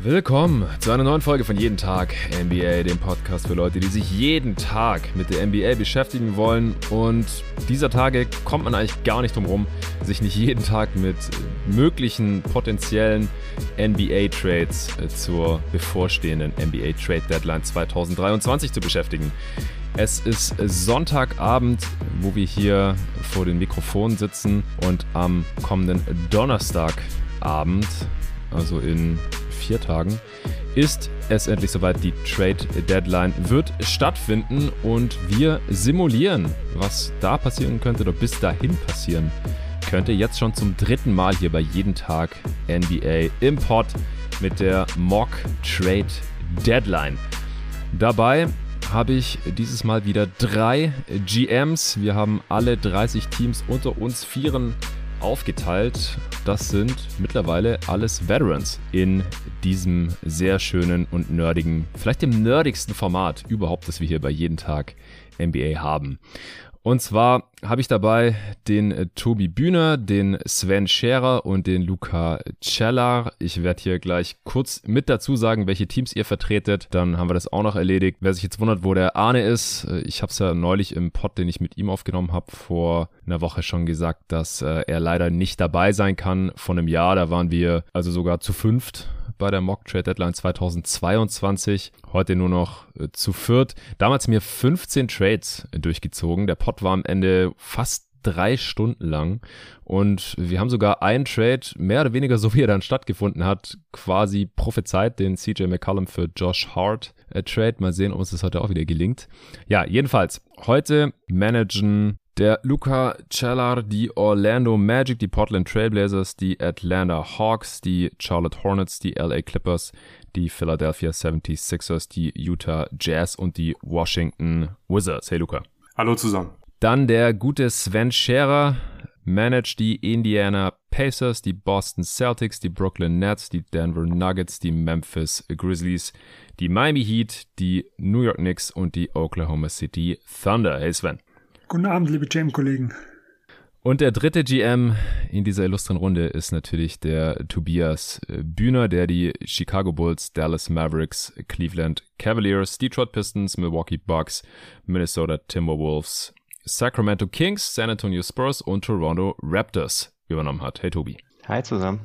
Willkommen zu einer neuen Folge von Jeden Tag NBA, dem Podcast für Leute, die sich jeden Tag mit der NBA beschäftigen wollen. Und dieser Tage kommt man eigentlich gar nicht drum rum, sich nicht jeden Tag mit möglichen potenziellen NBA-Trades zur bevorstehenden NBA-Trade-Deadline 2023 zu beschäftigen. Es ist Sonntagabend, wo wir hier vor den Mikrofonen sitzen, und am kommenden Donnerstagabend, also in 4 Tagen, ist es endlich soweit. Die Trade Deadline wird stattfinden und wir simulieren, was da passieren könnte oder bis dahin passieren könnte. Jetzt schon zum 3. Mal hier bei Jeden Tag NBA im Pod mit der Mock Trade Deadline. Dabei habe ich dieses Mal wieder 3 GMs. Wir haben alle 30 Teams unter uns 4 aufgeteilt. Das sind mittlerweile alles Veterans in diesem sehr schönen und nerdigen, vielleicht dem nerdigsten Format überhaupt, das wir hier bei Jeden Tag NBA haben. Und zwar habe ich dabei den Tobi Bühner, den Sven Scherer und den Luca Cellar. Ich werde hier gleich kurz mit dazu sagen, welche Teams ihr vertretet. Dann haben wir das auch noch erledigt. Wer sich jetzt wundert, wo der Arne ist, ich habe es ja neulich im Pod, den ich mit ihm aufgenommen habe, vor einer Woche schon gesagt, dass er leider nicht dabei sein kann. Vor einem Jahr, da waren wir also sogar zu 5 bei der Mock Trade Deadline 2022. Heute nur noch zu 4. Damals mir 15 Trades durchgezogen. Der Pod war am Ende fast 3 Stunden lang und wir haben sogar einen Trade, mehr oder weniger so wie er dann stattgefunden hat, quasi prophezeit, den CJ McCollum für Josh Hart Trade. Mal sehen, ob uns das heute auch wieder gelingt. Ja, jedenfalls, heute managen der Luca Cellar die Orlando Magic, die Portland Trailblazers, die Atlanta Hawks, die Charlotte Hornets, die LA Clippers, die Philadelphia 76ers, die Utah Jazz und die Washington Wizards. Hey Luca. Hallo zusammen. Dann der gute Sven Scherer managt die Indiana Pacers, die Boston Celtics, die Brooklyn Nets, die Denver Nuggets, die Memphis Grizzlies, die Miami Heat, die New York Knicks und die Oklahoma City Thunder. Hey Sven. Guten Abend, liebe GM-Kollegen. Und der dritte GM in dieser illustren Runde ist natürlich der Tobias Bühner, der die Chicago Bulls, Dallas Mavericks, Cleveland Cavaliers, Detroit Pistons, Milwaukee Bucks, Minnesota Timberwolves, Sacramento Kings, San Antonio Spurs und Toronto Raptors übernommen hat. Hey Tobi. Hi zusammen.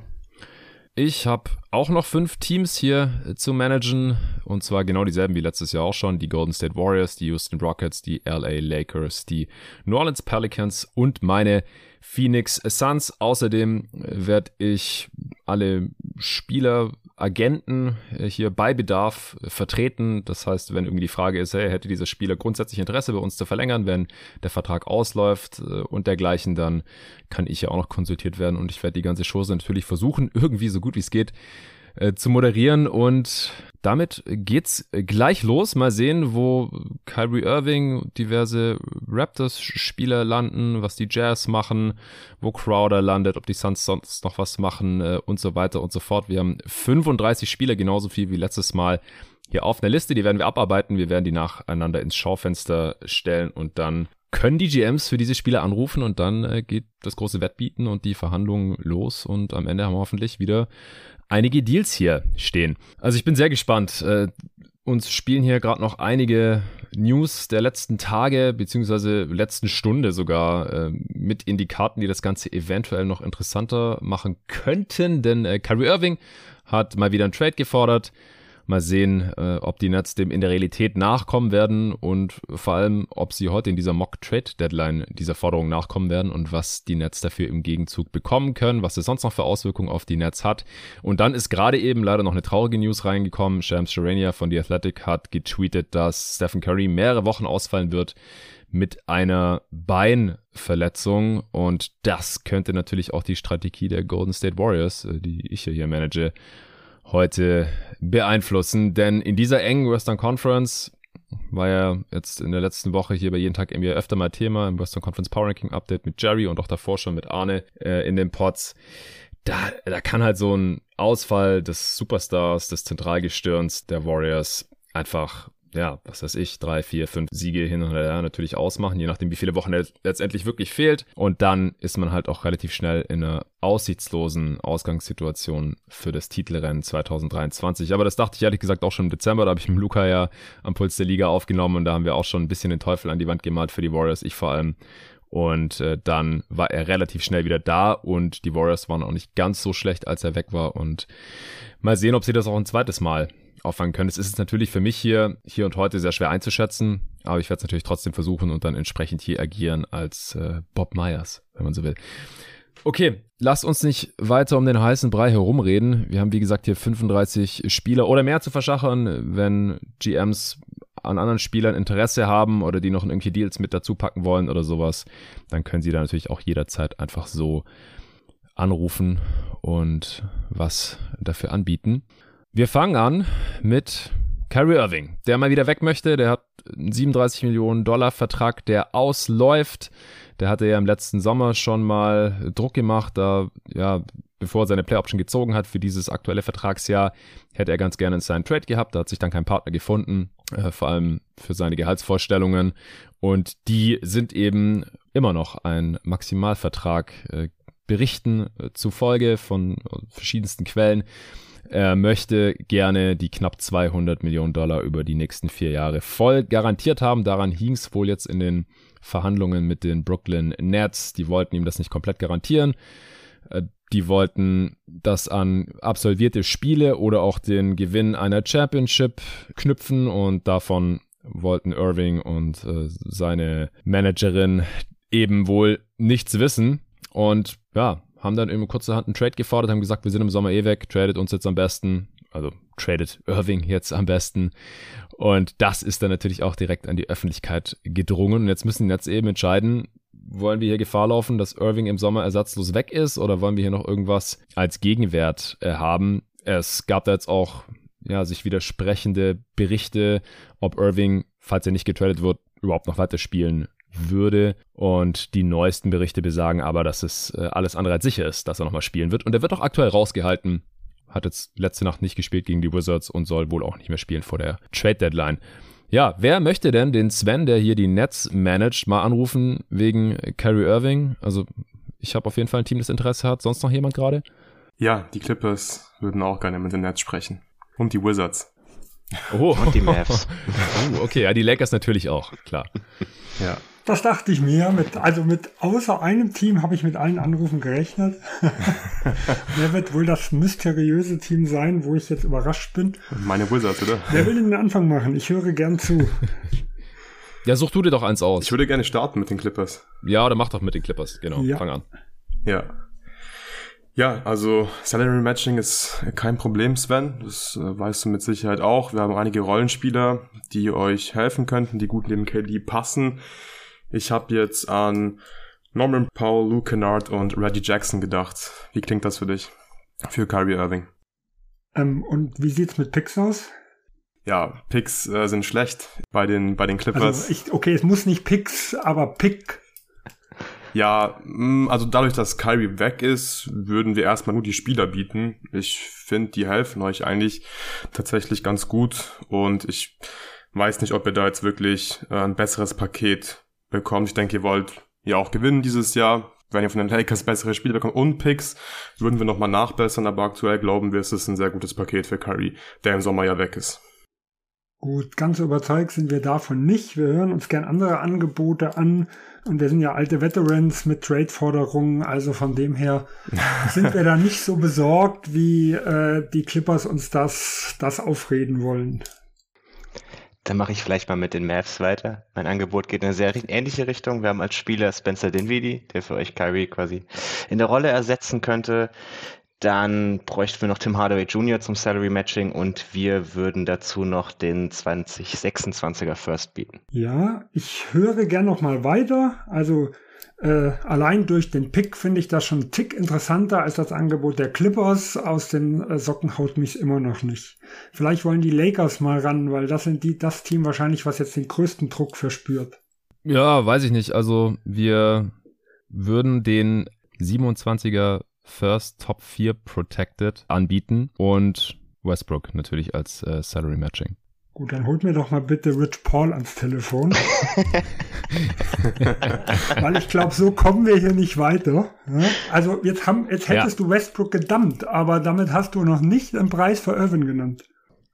Ich habe auch noch 5 Teams hier zu managen, und zwar genau dieselben wie letztes Jahr auch schon. Die Golden State Warriors, die Houston Rockets, die LA Lakers, die New Orleans Pelicans und meine Phoenix Suns. Außerdem werde ich alle Spieler, Agenten hier bei Bedarf vertreten. Das heißt, wenn irgendwie die Frage ist, hey, hätte dieser Spieler grundsätzlich Interesse bei uns zu verlängern, wenn der Vertrag ausläuft und dergleichen, dann kann ich ja auch noch konsultiert werden, und ich werde die ganze Chose natürlich versuchen, irgendwie so gut wie es geht zu moderieren, und damit geht's gleich los. Mal sehen, wo Kyrie Irving, diverse Raptors-Spieler landen, was die Jazz machen, wo Crowder landet, ob die Suns sonst noch was machen und so weiter und so fort. Wir haben 35 Spieler, genauso viel wie letztes Mal hier auf einer Liste. Die werden wir abarbeiten. Wir werden die nacheinander ins Schaufenster stellen, und dann können die GMs für diese Spieler anrufen, und dann geht das große Wettbieten und die Verhandlungen los, und am Ende haben wir hoffentlich wieder einige Deals hier stehen. Also ich bin sehr gespannt. Uns spielen hier gerade noch einige News der letzten Tage beziehungsweise letzten Stunde sogar mit in die Karten, die das Ganze eventuell noch interessanter machen könnten, denn Kyrie Irving hat mal wieder einen Trade gefordert. Mal sehen, ob die Nets dem in der Realität nachkommen werden und vor allem, ob sie heute in dieser Mock-Trade-Deadline dieser Forderung nachkommen werden und was die Nets dafür im Gegenzug bekommen können, was es sonst noch für Auswirkungen auf die Nets hat. Und dann ist gerade eben leider noch eine traurige News reingekommen. Shams Charania von The Athletic hat getweetet, dass Stephen Curry mehrere Wochen ausfallen wird mit einer Beinverletzung, und das könnte natürlich auch die Strategie der Golden State Warriors, die ich hier manage, heute beeinflussen, denn in dieser engen Western Conference war ja jetzt in der letzten Woche hier bei Jeden Tag NBA öfter mal Thema im Western Conference Power Ranking Update mit Jerry und auch davor schon mit Arne in den Pods. Da kann halt so ein Ausfall des Superstars, des Zentralgestirns der Warriors einfach ja, was weiß ich, 3, 4, 5 Siege hin und her natürlich ausmachen, je nachdem, wie viele Wochen er letztendlich wirklich fehlt. Und dann ist man halt auch relativ schnell in einer aussichtslosen Ausgangssituation für das Titelrennen 2023. Aber das dachte ich ehrlich gesagt auch schon im Dezember. Da habe ich mit Luca ja am Puls der Liga aufgenommen und da haben wir auch schon ein bisschen den Teufel an die Wand gemalt für die Warriors, ich vor allem. Und dann war er relativ schnell wieder da und die Warriors waren auch nicht ganz so schlecht, als er weg war. Und mal sehen, ob sie das auch ein zweites Mal auffangen können. Es ist natürlich für mich hier und heute sehr schwer einzuschätzen, aber ich werde es natürlich trotzdem versuchen und dann entsprechend hier agieren als Bob Myers, wenn man so will. Okay, lasst uns nicht weiter um den heißen Brei herumreden. Wir haben, wie gesagt, hier 35 Spieler oder mehr zu verschachern, wenn GMs an anderen Spielern Interesse haben oder die noch irgendwelche Deals mit dazu packen wollen oder sowas, dann können sie da natürlich auch jederzeit einfach so anrufen und was dafür anbieten. Wir fangen an mit Kyrie Irving, der mal wieder weg möchte. Der hat einen 37 Millionen Dollar Vertrag, der ausläuft. Der hatte ja im letzten Sommer schon mal Druck gemacht, da, ja, bevor er seine Play-Option gezogen hat für dieses aktuelle Vertragsjahr, hätte er ganz gerne einen Sign Trade gehabt. Da hat sich dann kein Partner gefunden, vor allem für seine Gehaltsvorstellungen. Und die sind eben immer noch ein Maximalvertrag. Berichten zufolge von verschiedensten Quellen. Er möchte gerne die knapp 200 Millionen Dollar über die nächsten 4 Jahre voll garantiert haben. Daran hing es wohl jetzt in den Verhandlungen mit den Brooklyn Nets. Die wollten ihm das nicht komplett garantieren. Die wollten das an absolvierte Spiele oder auch den Gewinn einer Championship knüpfen und davon wollten Irving und seine Managerin eben wohl nichts wissen. Und ja, haben dann eben kurzerhand einen Trade gefordert, haben gesagt, wir sind im Sommer weg, tradet uns jetzt am besten, also tradet Irving jetzt am besten. Und das ist dann natürlich auch direkt an die Öffentlichkeit gedrungen. Und jetzt müssen die Nets eben entscheiden, wollen wir hier Gefahr laufen, dass Irving im Sommer ersatzlos weg ist oder wollen wir hier noch irgendwas als Gegenwert haben? Es gab da jetzt auch sich widersprechende Berichte, ob Irving, falls er nicht getradet wird, überhaupt noch weiterspielen würde. Und die neuesten Berichte besagen aber, dass es alles andere als sicher ist, dass er nochmal spielen wird. Und er wird auch aktuell rausgehalten. Hat jetzt letzte Nacht nicht gespielt gegen die Wizards und soll wohl auch nicht mehr spielen vor der Trade-Deadline. Ja, wer möchte denn den Sven, der hier die Nets managt, mal anrufen wegen Kyrie Irving? Also ich habe auf jeden Fall ein Team, das Interesse hat. Sonst noch jemand gerade? Ja, die Clippers würden auch gerne mit den Nets sprechen. Und die Wizards. Oh. Und die Mavs. Okay, ja, die Lakers natürlich auch, klar. Ja. Das dachte ich mir. Mit außer einem Team habe ich mit allen Anrufen gerechnet. Wer wird wohl das mysteriöse Team sein, wo ich jetzt überrascht bin? Meine Wizards, oder? Wer will den Anfang machen? Ich höre gern zu. Ja, such du dir doch eins aus. Ich würde gerne starten mit den Clippers. Ja, oder mach doch mit den Clippers, genau. Ja. Fang an. Ja, also Salary Matching ist kein Problem, Sven. Das weißt du mit Sicherheit auch. Wir haben einige Rollenspieler, die euch helfen könnten, die gut neben KD passen. Ich habe jetzt an Norman Powell, Luke Kennard und Reggie Jackson gedacht. Wie klingt das für dich? Für Kyrie Irving. Und wie sieht's mit Picks aus? Ja, Picks sind schlecht bei den Clippers. Also es muss nicht Picks, aber Pick. Ja, also dadurch, dass Kyrie weg ist, würden wir erstmal nur die Spieler bieten. Ich finde, die helfen euch eigentlich tatsächlich ganz gut und ich weiß nicht, ob ihr da jetzt wirklich ein besseres Paket bekommt. Ich denke, ihr wollt ja auch gewinnen dieses Jahr. Wenn ihr von den Lakers bessere Spiele bekommt und Picks, würden wir nochmal nachbessern, aber aktuell glauben wir, es ist ein sehr gutes Paket für Kyrie, der im Sommer ja weg ist. Gut, ganz überzeugt sind wir davon nicht. Wir hören uns gern andere Angebote an und wir sind ja alte Veterans mit Trade-Forderungen, also von dem her sind wir da nicht so besorgt, wie die Clippers uns das aufreden wollen. Dann mache ich vielleicht mal mit den Mavs weiter. Mein Angebot geht in eine sehr ähnliche Richtung. Wir haben als Spieler Spencer Dinwiddie, der für euch Kyrie quasi in der Rolle ersetzen könnte. Dann bräuchten wir noch Tim Hardaway Jr. zum Salary Matching und wir würden dazu noch den 2026er First bieten. Ja, ich höre gern noch mal weiter. Also allein durch den Pick finde ich das schon einen Tick interessanter als das Angebot der Clippers. Aus den Socken haut mich immer noch nicht. Vielleicht wollen die Lakers mal ran, weil das sind das Team wahrscheinlich, was jetzt den größten Druck verspürt. Ja, weiß ich nicht. Also wir würden den 27er First Top 4 Protected anbieten und Westbrook natürlich als Salary Matching. Gut, dann holt mir doch mal bitte Rich Paul ans Telefon. Weil ich glaube, so kommen wir hier nicht weiter. Ja? Also jetzt hättest du Westbrook gedumpt, aber damit hast du noch nicht den Preis für Irvin genannt.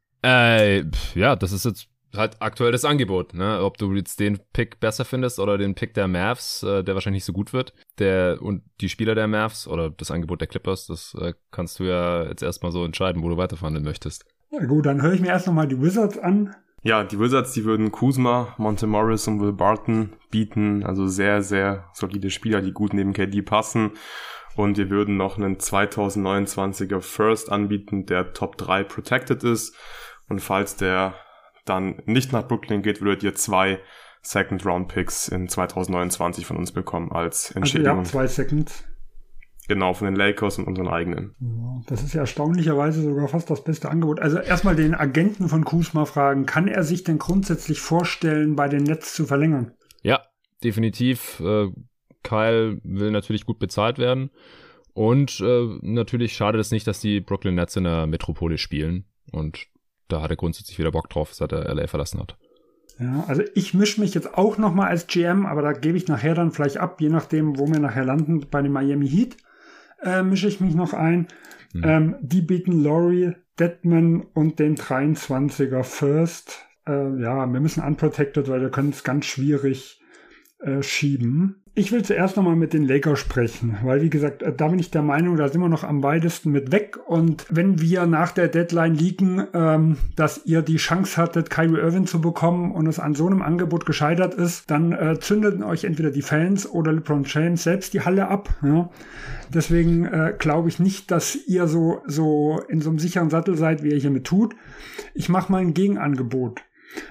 Ja, das ist jetzt halt aktuell das Angebot, ne? Ob du jetzt den Pick besser findest oder den Pick der Mavs, der wahrscheinlich nicht so gut wird, und die Spieler der Mavs oder das Angebot der Clippers, das kannst du ja jetzt erstmal so entscheiden, wo du weiterverhandeln möchtest. Ja gut, dann höre ich mir erst nochmal die Wizards an. Ja, die Wizards, die würden Kuzma, Monte Morris und Will Barton bieten. Also sehr, sehr solide Spieler, die gut neben KD passen. Und wir würden noch einen 2029er First anbieten, der Top 3 protected ist. Und falls der dann nicht nach Brooklyn geht, würdet ihr 2 Second-Round-Picks in 2029 von uns bekommen als Entschädigung. Also ja, 2 Seconds. Genau, von den Lakers und unseren eigenen. Ja, das ist ja erstaunlicherweise sogar fast das beste Angebot. Also erstmal den Agenten von Kuzma fragen, kann er sich denn grundsätzlich vorstellen, bei den Nets zu verlängern? Ja, definitiv. Kyle will natürlich gut bezahlt werden. Und natürlich schadet es nicht, dass die Brooklyn Nets in der Metropole spielen. Und da hat er grundsätzlich wieder Bock drauf, seit er LA verlassen hat. Ja, also ich mische mich jetzt auch nochmal als GM, aber da gebe ich nachher dann vielleicht ab, je nachdem, wo wir nachher landen. Bei den Miami Heat mische ich mich noch ein. Die bieten Laurie, Dedman und den 23er First. Ja, wir müssen unprotected, weil wir können es ganz schwierig schieben. Ich will zuerst nochmal mit den Lakers sprechen, weil wie gesagt, da bin ich der Meinung, da sind wir noch am weitesten mit weg. Und wenn wir nach der Deadline liegen, dass ihr die Chance hattet, Kyrie Irving zu bekommen und es an so einem Angebot gescheitert ist, dann zündeten euch entweder die Fans oder LeBron James selbst die Halle ab. Ja? Deswegen glaube ich nicht, dass ihr so in so einem sicheren Sattel seid, wie ihr hiermit tut. Ich mache mal ein Gegenangebot.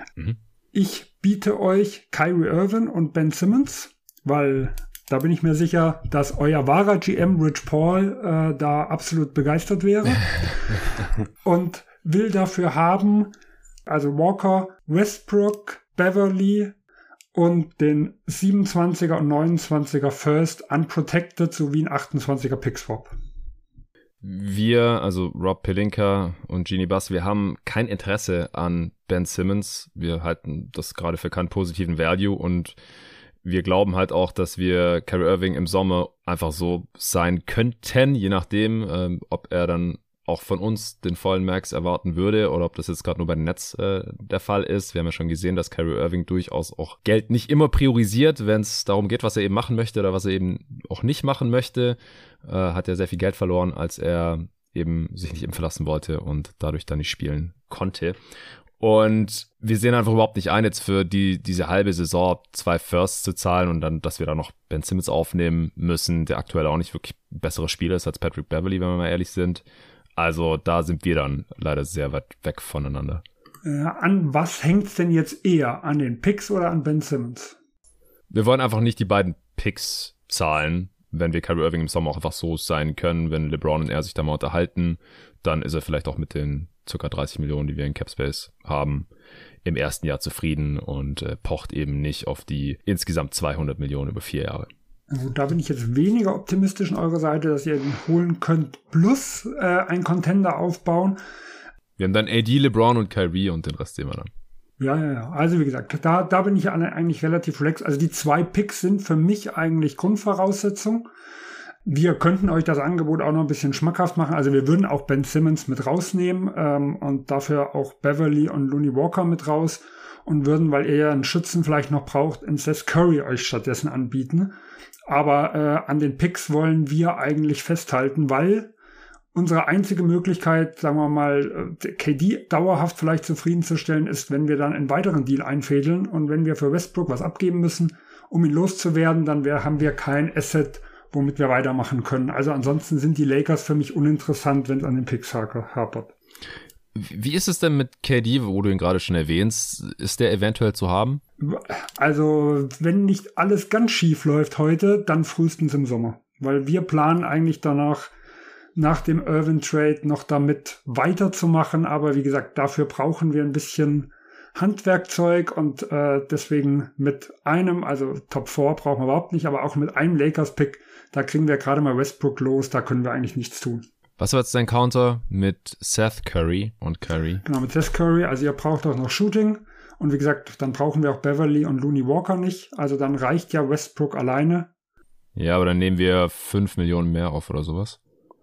Ich biete euch Kyrie Irving und Ben Simmons, weil da bin ich mir sicher, dass euer wahrer GM Rich Paul da absolut begeistert wäre und will dafür haben, also Walker, Westbrook, Beverly und den 27er und 29er First unprotected sowie ein 28er Pick-Swap. Wir, also Rob Pelinka und Jeanie Buss, wir haben kein Interesse an Ben Simmons. Wir halten das gerade für keinen positiven Value und wir glauben halt auch, dass wir Kyrie Irving im Sommer einfach so sein könnten, je nachdem, ob er dann auch von uns den vollen Max erwarten würde oder ob das jetzt gerade nur bei den Nets der Fall ist. Wir haben ja schon gesehen, dass Kyrie Irving durchaus auch Geld nicht immer priorisiert, wenn es darum geht, was er eben machen möchte oder was er eben auch nicht machen möchte. Hat er sehr viel Geld verloren, als er eben sich nicht impfen lassen wollte und dadurch dann nicht spielen konnte. Und wir sehen einfach überhaupt nicht ein, jetzt für diese halbe Saison 2 Firsts zu zahlen und dann, dass wir da noch Ben Simmons aufnehmen müssen, der aktuell auch nicht wirklich ein besserer Spieler ist als Patrick Beverly, wenn wir mal ehrlich sind. Also da sind wir dann leider sehr weit weg voneinander. An was hängt's denn jetzt eher? An den Picks oder an Ben Simmons? Wir wollen einfach nicht die beiden Picks zahlen, wenn wir Kyrie Irving im Sommer auch einfach so sein können. Wenn LeBron und er sich da mal unterhalten, dann ist er vielleicht auch mit den ca. 30 Millionen, die wir in Capspace haben, im ersten Jahr zufrieden und pocht eben nicht auf die insgesamt 200 Millionen über 4 Jahre. Also da bin ich jetzt weniger optimistisch an eurer Seite, dass ihr ihn holen könnt, plus einen Contender aufbauen. Wir haben dann AD, LeBron und Kyrie und den Rest sehen wir dann. Ja. Also wie gesagt, da bin ich eigentlich relativ relaxed. Also die 2 Picks sind für mich eigentlich Grundvoraussetzung. Wir könnten euch das Angebot auch noch ein bisschen schmackhaft machen. Also wir würden auch Ben Simmons mit rausnehmen und dafür auch Beverly und Looney Walker mit raus und würden, weil ihr ja einen Schützen vielleicht noch braucht, Seth Curry euch stattdessen anbieten. Aber an den Picks wollen wir eigentlich festhalten, weil unsere einzige Möglichkeit, sagen wir mal, KD dauerhaft vielleicht zufriedenzustellen ist, wenn wir dann einen weiteren Deal einfädeln und wenn wir für Westbrook was abgeben müssen, um ihn loszuwerden, dann haben wir kein Asset, womit wir weitermachen können. Also ansonsten sind die Lakers für mich uninteressant, wenn es an den Picks hapert. Wie ist es denn mit KD, wo du ihn gerade schon erwähnst? Ist der eventuell zu haben? Also, wenn nicht alles ganz schief läuft heute, dann frühestens im Sommer. Weil wir planen eigentlich danach, nach dem Irving-Trade noch damit weiterzumachen. Aber wie gesagt, dafür brauchen wir ein bisschen Handwerkzeug und deswegen mit einem, also Top 4 brauchen wir überhaupt nicht, aber auch mit einem Lakers-Pick, da kriegen wir gerade mal Westbrook los, da können wir eigentlich nichts tun. Was war jetzt dein Counter mit Seth Curry und Curry? Genau, mit Seth Curry. Also ihr braucht auch noch Shooting. Und wie gesagt, dann brauchen wir auch Beverly und Looney Walker nicht. Also dann reicht ja Westbrook alleine. Ja, aber dann nehmen wir 5 Millionen mehr auf oder sowas.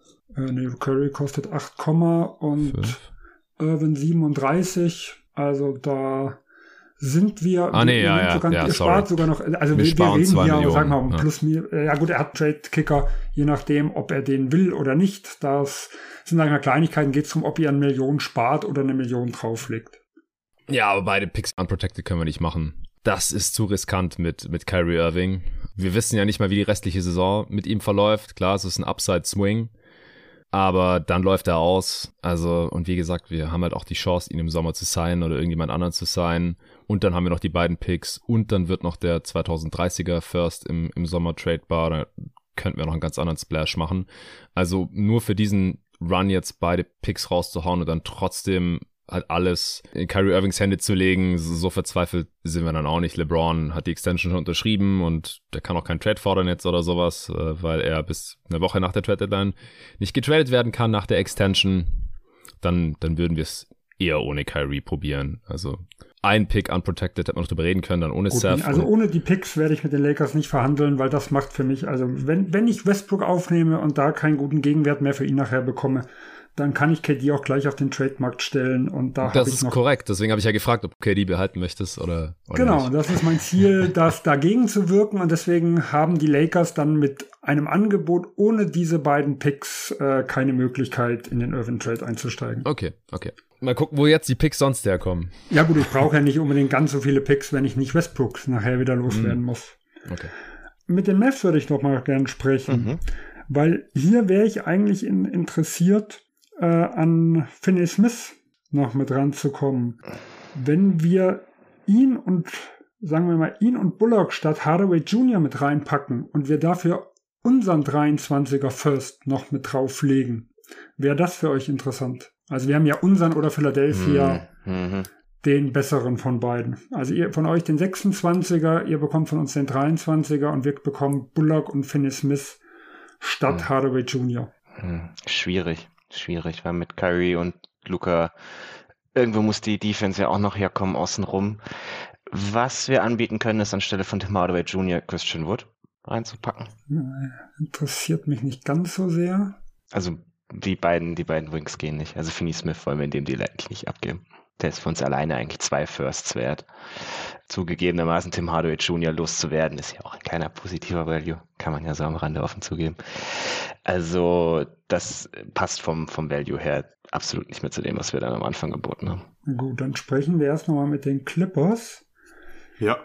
Curry kostet 8, und 5. Irvin 37. Also da sind wir. Ihr spart sogar noch. Also wir reden 2 hier, Millionen, sagen wir mal, plus mir. Ja gut, er hat Trade-Kicker, je nachdem, ob er den will oder nicht. Das sind dann Kleinigkeiten. Geht es darum, ob ihr 1 Million spart oder 1 Million drauflegt. Ja, aber beide Picks unprotected können wir nicht machen. Das ist zu riskant mit Kyrie Irving. Wir wissen ja nicht mal, wie die restliche Saison mit ihm verläuft. Klar, es ist ein Upside-Swing, aber dann läuft er aus. Also, und wie gesagt, wir haben halt auch die Chance, ihn im Sommer zu signen oder irgendjemand anderen zu signen. Und dann haben wir noch die beiden Picks und dann wird noch der 2030er First im Sommer tradebar. Da könnten wir noch einen ganz anderen Splash machen. Also nur für diesen Run jetzt beide Picks rauszuhauen und dann trotzdem halt alles in Kyrie Irvings Hände zu legen, so verzweifelt sind wir dann auch nicht. LeBron hat die Extension schon unterschrieben und der kann auch keinen Trade fordern jetzt oder sowas, weil er bis eine Woche nach der Trade-Deadline nicht getradet werden kann nach der Extension. Dann würden wir es eher ohne Kyrie probieren. Also ein Pick unprotected, hätte man noch drüber reden können, dann ohne Seth. Also ohne die Picks werde ich mit den Lakers nicht verhandeln, weil das macht für mich, also wenn ich Westbrook aufnehme und da keinen guten Gegenwert mehr für ihn nachher bekomme, dann kann ich KD auch gleich auf den Trademarkt stellen und da das ist korrekt, deswegen habe ich ja gefragt, ob du KD behalten möchtest oder genau, nicht. Das ist mein Ziel, das dagegen zu wirken und deswegen haben die Lakers dann mit einem Angebot ohne diese beiden Picks keine Möglichkeit, in den Irvin Trade einzusteigen. Okay. Mal gucken, wo jetzt die Picks sonst herkommen. Ja gut, ich brauche ja nicht unbedingt ganz so viele Picks, wenn ich nicht Westbrook nachher wieder loswerden muss. Okay. Mit den Mavs würde ich noch mal gerne sprechen, weil hier wäre ich eigentlich interessiert, an Finney Smith noch mit ranzukommen. Wenn wir ihn und Bullock statt Hardaway Jr. mit reinpacken und wir dafür unseren 23er First noch mit drauflegen, wäre das für euch interessant? Also wir haben ja unseren oder Philadelphia den besseren von beiden. Also ihr von euch den 26er, ihr bekommt von uns den 23er und wir bekommen Bullock und Finney Smith statt Hardaway Jr. Schwierig, weil mit Kyrie und Luka irgendwo muss die Defense ja auch noch herkommen außenrum. Was wir anbieten können, ist anstelle von Tim Hardaway Jr. Christian Wood reinzupacken. Interessiert mich nicht ganz so sehr. Also die beiden Wings gehen nicht. Also Finney Smith wollen wir in dem Deal eigentlich nicht abgeben. Der ist für uns alleine eigentlich 2 Firsts wert. Zugegebenermaßen Tim Hardaway Jr. loszuwerden, ist ja auch ein kleiner positiver Value. Kann man ja so am Rande offen zugeben. Also das passt vom Value her absolut nicht mehr zu dem, was wir dann am Anfang geboten haben. Gut, dann sprechen wir erst nochmal mit den Clippers. Ja.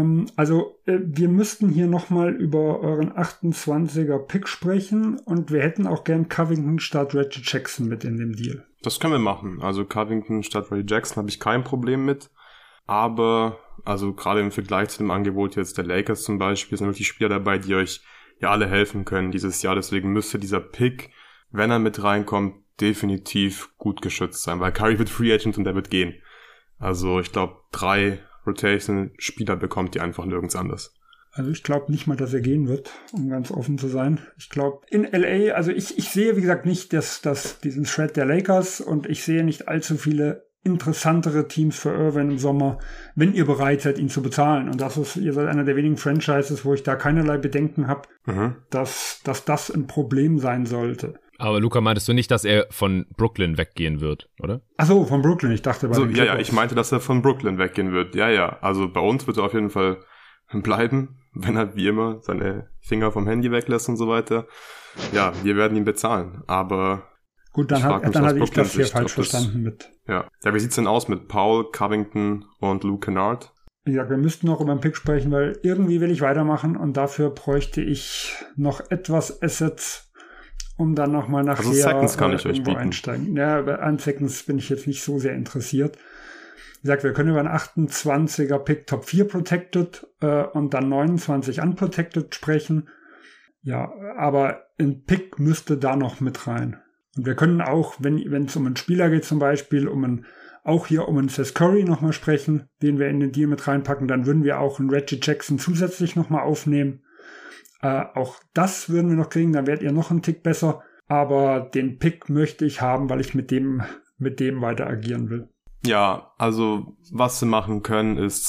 Wir müssten hier nochmal über euren 28er Pick sprechen und wir hätten auch gern Covington statt Reggie Jackson mit in dem Deal. Das können wir machen. Also Covington statt Reggie Jackson habe ich kein Problem mit. Aber, also gerade im Vergleich zu dem Angebot jetzt der Lakers zum Beispiel, sind wirklich Spieler dabei, die euch ja alle helfen können dieses Jahr. Deswegen müsste dieser Pick, wenn er mit reinkommt, definitiv gut geschützt sein. Weil Curry wird Free Agent und der wird gehen. Also ich glaube, 3 Rotation-Spieler bekommt ihr einfach nirgends anders. Also ich glaube nicht mal, dass er gehen wird, um ganz offen zu sein. Ich glaube, in LA, also ich sehe, wie gesagt, nicht diesen Thread der Lakers und ich sehe nicht allzu viele interessantere Teams für Irvin im Sommer, wenn ihr bereit seid, ihn zu bezahlen. Und ihr seid einer der wenigen Franchises, wo ich da keinerlei Bedenken habe, dass das ein Problem sein sollte. Aber Luca, meintest du nicht, dass er von Brooklyn weggehen wird, oder? Ach so, von Brooklyn. Ich dachte ja, ich meinte, dass er von Brooklyn weggehen wird. Ja. Also bei uns wird er auf jeden Fall bleiben, wenn er wie immer seine Finger vom Handy weglässt und so weiter. Ja, wir werden ihn bezahlen, aber gut, dann hatte ich das hier falsch verstanden mit. Ja, wie sieht's denn aus mit Paul, Covington und Luke Kennard? Wie gesagt, wir müssten noch über den Pick sprechen, weil irgendwie will ich weitermachen und dafür bräuchte ich noch etwas Assets, um dann nochmal nachher Seconds kann ich euch bieten. Einsteigen. Ja, an Seconds bin ich jetzt nicht so sehr interessiert. Wie gesagt, wir können über einen 28er Pick Top 4 Protected und dann 29 Unprotected sprechen. Ja, aber ein Pick müsste da noch mit rein. Und wir können auch, wenn es um einen Spieler geht zum Beispiel, auch hier um einen Seth Curry nochmal sprechen, den wir in den Deal mit reinpacken, dann würden wir auch einen Reggie Jackson zusätzlich nochmal aufnehmen. Auch das würden wir noch kriegen, dann werdet ihr noch einen Tick besser. aber den Pick möchte ich haben, weil ich mit dem weiter agieren will. Ja, also was sie machen können, ist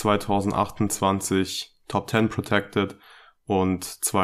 2028 Top 10 Protected und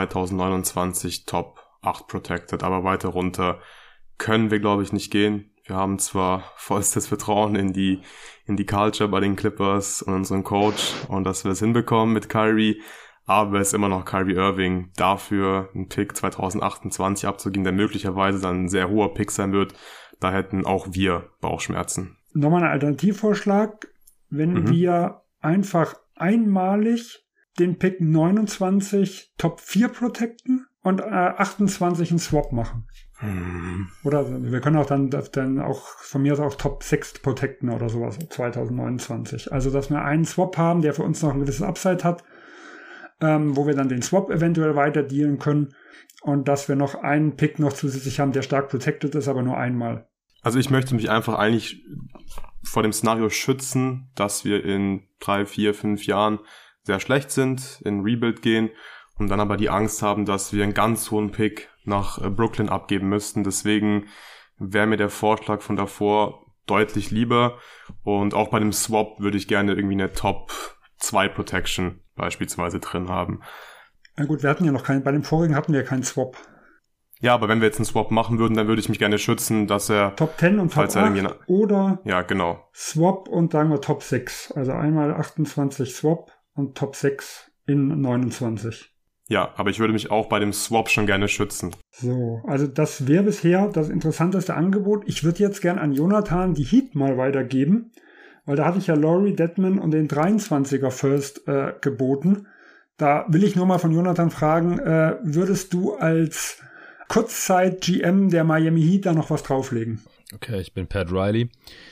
2029 Top 8 Protected, aber weiter runter können wir, glaube ich, nicht gehen. Wir haben zwar vollstes Vertrauen in die Culture bei den Clippers und unseren Coach und dass wir es hinbekommen mit Kyrie, aber es ist immer noch Kyrie Irving. Dafür einen Pick 2028 abzugeben, der möglicherweise dann ein sehr hoher Pick sein wird, da hätten auch wir Bauchschmerzen. Nochmal ein Alternativvorschlag, wenn wir einfach einmalig den Pick 29 Top 4 protecten und 28 einen Swap machen. Oder wir können auch dann auch von mir aus auch Top 6 protecten oder sowas 2029. Also dass wir einen Swap haben, der für uns noch ein gewisses Upside hat, wo wir dann den Swap eventuell weiter dealen können und dass wir noch einen Pick noch zusätzlich haben, der stark protected ist, aber nur einmal. Also ich möchte mich einfach eigentlich vor dem Szenario schützen, dass wir in 3, 4, 5 Jahren sehr schlecht sind, in Rebuild gehen und dann aber die Angst haben, dass wir einen ganz hohen Pick nach Brooklyn abgeben müssten. Deswegen wäre mir der Vorschlag von davor deutlich lieber und auch bei dem Swap würde ich gerne irgendwie eine Top 2 Protection beispielsweise drin haben. Na gut, wir hatten ja noch keinen, bei dem vorigen hatten wir keinen Swap. Ja, aber wenn wir jetzt einen Swap machen würden, dann würde ich mich gerne schützen, dass er Top 10 und Top 8 oder ja, genau. Swap und sagen wir Top 6. Also einmal 28 Swap und Top 6 in 29. Ja, aber ich würde mich auch bei dem Swap schon gerne schützen. So, also das wäre bisher das interessanteste Angebot. Ich würde jetzt gern an Jonathan die Heat mal weitergeben, weil da hatte ich ja Laurie, Dedmon und den 23er First geboten. Da will ich nur mal von Jonathan fragen, würdest du als Kurzzeit-GM der Miami Heat da noch was drauflegen? Okay, ich bin Pat Riley.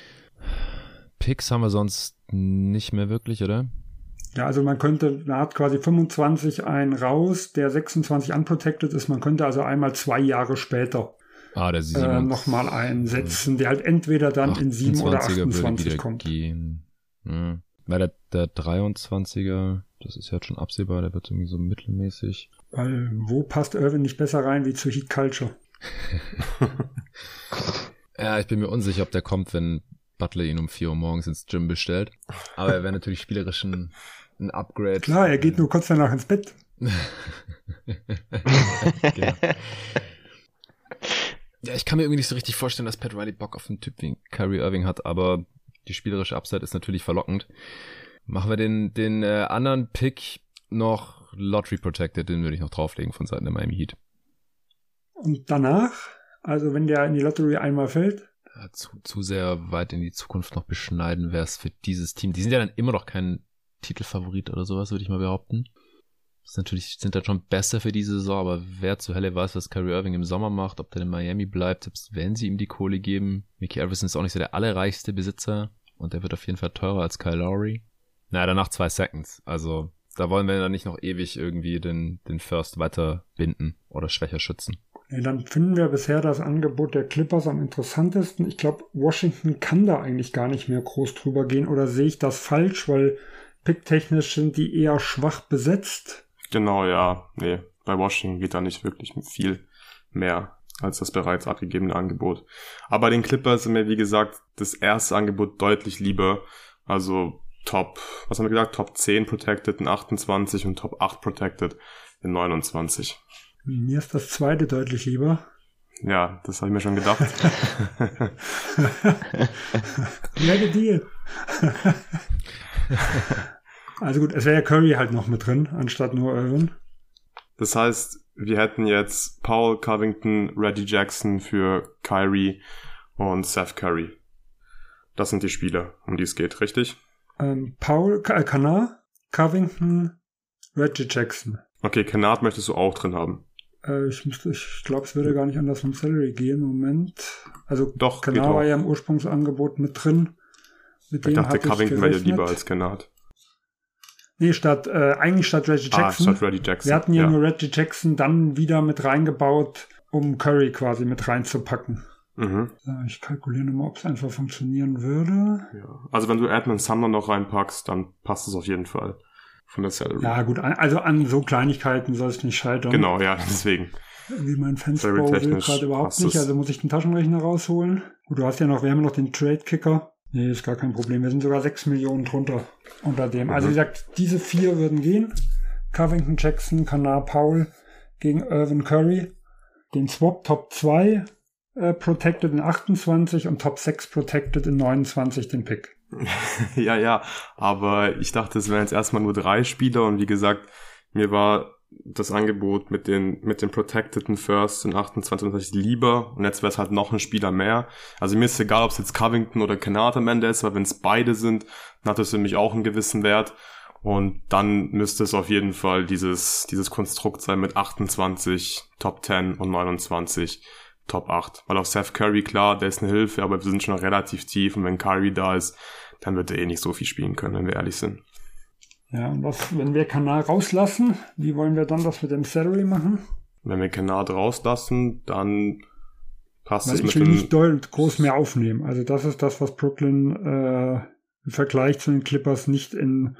Picks haben wir sonst nicht mehr wirklich, oder? Ja, also man hat quasi 25 einen raus, der 26 unprotected ist. Man könnte also einmal 2 Jahre später der nochmal einsetzen, der halt entweder dann in 7 oder 28 kommt. Gehen. Ja. Weil der 23er, das ist ja jetzt schon absehbar, der wird irgendwie so mittelmäßig. Weil wo passt Irvin nicht besser rein wie zu Heat Culture? Ja, ich bin mir unsicher, ob der kommt, wenn Butler ihn um 4 Uhr morgens ins Gym bestellt. Aber er wäre natürlich spielerisch ein Upgrade. Klar, er geht nur kurz danach ins Bett. Genau. Ja, ich kann mir irgendwie nicht so richtig vorstellen, dass Pat Riley Bock auf einen Typ wie Kyrie Irving hat, aber die spielerische Upside ist natürlich verlockend. Machen wir den anderen Pick noch Lottery Protected, den würde ich noch drauflegen von Seiten der Miami Heat. Und danach, also wenn der in die Lottery einmal fällt? Ja, zu sehr weit in die Zukunft noch beschneiden wäre es für dieses Team. Die sind ja dann immer noch kein Titelfavorit oder sowas, würde ich mal behaupten. Sind dann schon besser für diese Saison, aber wer zur Hölle weiß, was Kyrie Irving im Sommer macht, ob der in Miami bleibt, selbst wenn sie ihm die Kohle geben. Mickey Iverson ist auch nicht so der allerreichste Besitzer und der wird auf jeden Fall teurer als Kyle Lowry. Naja, danach 2 Seconds. Also da wollen wir dann nicht noch ewig irgendwie den First weiter binden oder schwächer schützen. Ja, dann finden wir bisher das Angebot der Clippers am interessantesten. Ich glaube, Washington kann da eigentlich gar nicht mehr groß drüber gehen. Oder sehe ich das falsch, weil picktechnisch sind die eher schwach besetzt? Genau, ja. Nee, bei Washington geht da nicht wirklich viel mehr als das bereits abgegebene Angebot. Aber den Clippers sind mir, wie gesagt, das erste Angebot deutlich lieber. Also Top 10 Protected in 28 und Top 8 Protected in 29. Mir ist das zweite deutlich lieber. Ja, das habe ich mir schon gedacht. Mega Deal. Also gut, es wäre ja Curry halt noch mit drin, anstatt nur Irvin. Das heißt, wir hätten jetzt Paul, Covington, Reggie Jackson für Kyrie und Seth Curry. Das sind die Spieler, um die es geht, richtig? Paul, Kennard, Covington, Reggie Jackson. Okay, Kennard möchtest du auch drin haben. Ich glaube, es würde gar nicht anders vom Salary gehen. Moment. Also doch, Kennard war ja im Ursprungsangebot mit drin. Ich dachte, Covington wäre ja lieber als Kennard. Nee, eigentlich statt Reggie Jackson. Statt Reggie Jackson. Wir hatten ja nur Reggie Jackson dann wieder mit reingebaut, um Curry quasi mit reinzupacken. Mhm. Ich kalkuliere nochmal, ob es einfach funktionieren würde. Ja. Also wenn du Edmund Sumner noch reinpackst, dann passt es auf jeden Fall von der Salary. Ja gut, also an so Kleinigkeiten soll es nicht scheitern. Genau, ja, deswegen. Wie mein Fansbro will gerade überhaupt nicht, also muss ich den Taschenrechner rausholen. Gut, wir haben ja noch den Trade-Kicker. Nee, ist gar kein Problem. Wir sind sogar 6 Millionen drunter unter dem. Also wie gesagt, diese 4 würden gehen. Covington, Jackson, Kennard, Powell gegen Irvin Curry. Den Swap Top 2 protected in 28 und Top 6 protected in 29 den Pick. Ja, aber ich dachte, es wären jetzt erstmal nur 3 Spieler und wie gesagt, mir war das Angebot mit den protecteden First in 28 lieber und jetzt wäre es halt noch ein Spieler mehr. Also mir ist egal, ob es jetzt Covington oder Kennard am Ende ist, weil wenn es beide sind, dann hat das für mich auch einen gewissen Wert und dann müsste es auf jeden Fall dieses Konstrukt sein mit 28 Top 10 und 29 Top 8. Weil auf Seth Curry, klar, der ist eine Hilfe, aber wir sind schon relativ tief und wenn Curry da ist, dann wird er eh nicht so viel spielen können, wenn wir ehrlich sind. Ja, und wenn wir Kennard rauslassen, wie wollen wir dann das mit dem Salary machen? Wenn wir Kennard rauslassen, dann passt es mit dem... Ich will nicht doll groß mehr aufnehmen. Also das ist das, was Brooklyn im Vergleich zu den Clippers nicht in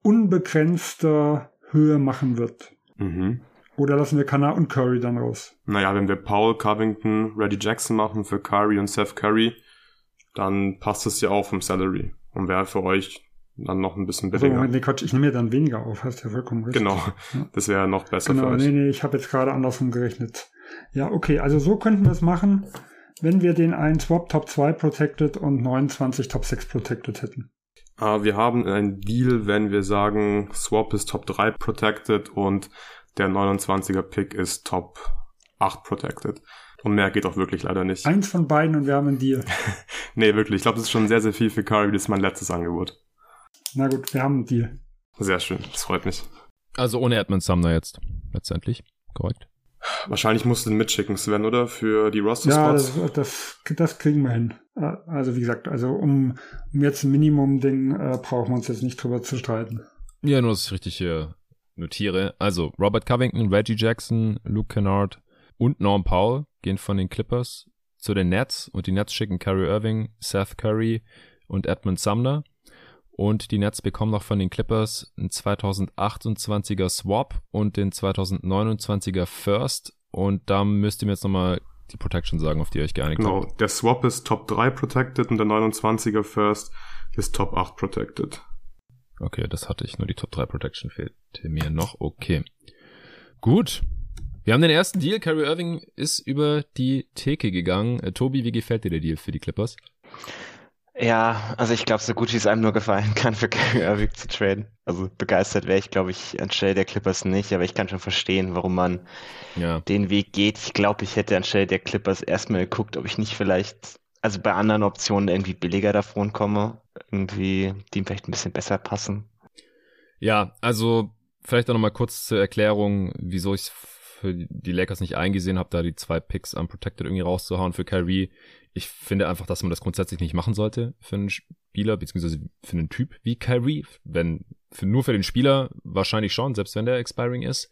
unbegrenzter Höhe machen wird. Mhm. Oder lassen wir Kennard und Curry dann raus? Naja, wenn wir Powell, Covington, Reggie Jackson machen für Curry und Seth Curry, dann passt es ja auch vom Salary und wäre für euch dann noch ein bisschen billiger. Also, nee, Quatsch, ich nehme mir dann weniger auf, hast ja vollkommen recht. Genau, das wäre noch besser für euch. Nee, ich habe jetzt gerade andersrum gerechnet. Ja, okay, also so könnten wir es machen, wenn wir den einen Swap Top 2 protected und 29 Top 6 protected hätten. Wir haben einen Deal, wenn wir sagen, Swap ist Top 3 protected und der 29er Pick ist Top 8 protected. Und mehr geht auch wirklich leider nicht. Eins von beiden und wir haben einen Deal. Nee, wirklich. Ich glaube, das ist schon sehr, sehr viel für Curry. Das ist mein letztes Angebot. Na gut, wir haben einen Deal. Sehr schön, das freut mich. Also ohne Edmund Sumner jetzt, letztendlich, korrekt? Wahrscheinlich musst du den mitschicken, Sven, oder? Für die Roster-Spots? Ja, das kriegen wir hin. Also wie gesagt, also um jetzt ein Minimum-Ding brauchen wir uns jetzt nicht drüber zu streiten. Ja, nur, dass ich richtig hier notiere. Also Robert Covington, Reggie Jackson, Luke Kennard und Norm Powell gehen von den Clippers zu den Nets und die Nets schicken Kyrie Irving, Seth Curry und Edmund Sumner. Und die Nets bekommen noch von den Clippers einen 2028er Swap und den 2029er First. Und da müsst ihr mir jetzt nochmal die Protection sagen, auf die ihr euch geeinigt habt. Genau, der Swap ist Top 3 protected und der 29er First ist Top 8 protected. Okay, das hatte ich. Nur die Top 3 Protection fehlte mir noch. Okay. Gut. Wir haben den ersten Deal. Kyrie Irving ist über die Theke gegangen. Tobi, wie gefällt dir der Deal für die Clippers? Ja, also ich glaube, so gut wie es einem nur gefallen kann, für Kyrie Irving zu traden. Also begeistert wäre ich, glaube ich, anstelle der Clippers nicht, aber ich kann schon verstehen, warum man den Weg geht. Ich glaube, ich hätte anstelle der Clippers erstmal geguckt, ob ich nicht vielleicht, also bei anderen Optionen irgendwie billiger davon komme, irgendwie, die vielleicht ein bisschen besser passen. Ja, also vielleicht auch nochmal kurz zur Erklärung, wieso ich für die Lakers nicht eingesehen habe, da die 2 Picks unprotected irgendwie rauszuhauen für Kyrie. Ich finde einfach, dass man das grundsätzlich nicht machen sollte für einen Spieler, beziehungsweise für einen Typ wie Kyrie. Nur für den Spieler wahrscheinlich schon, selbst wenn der expiring ist.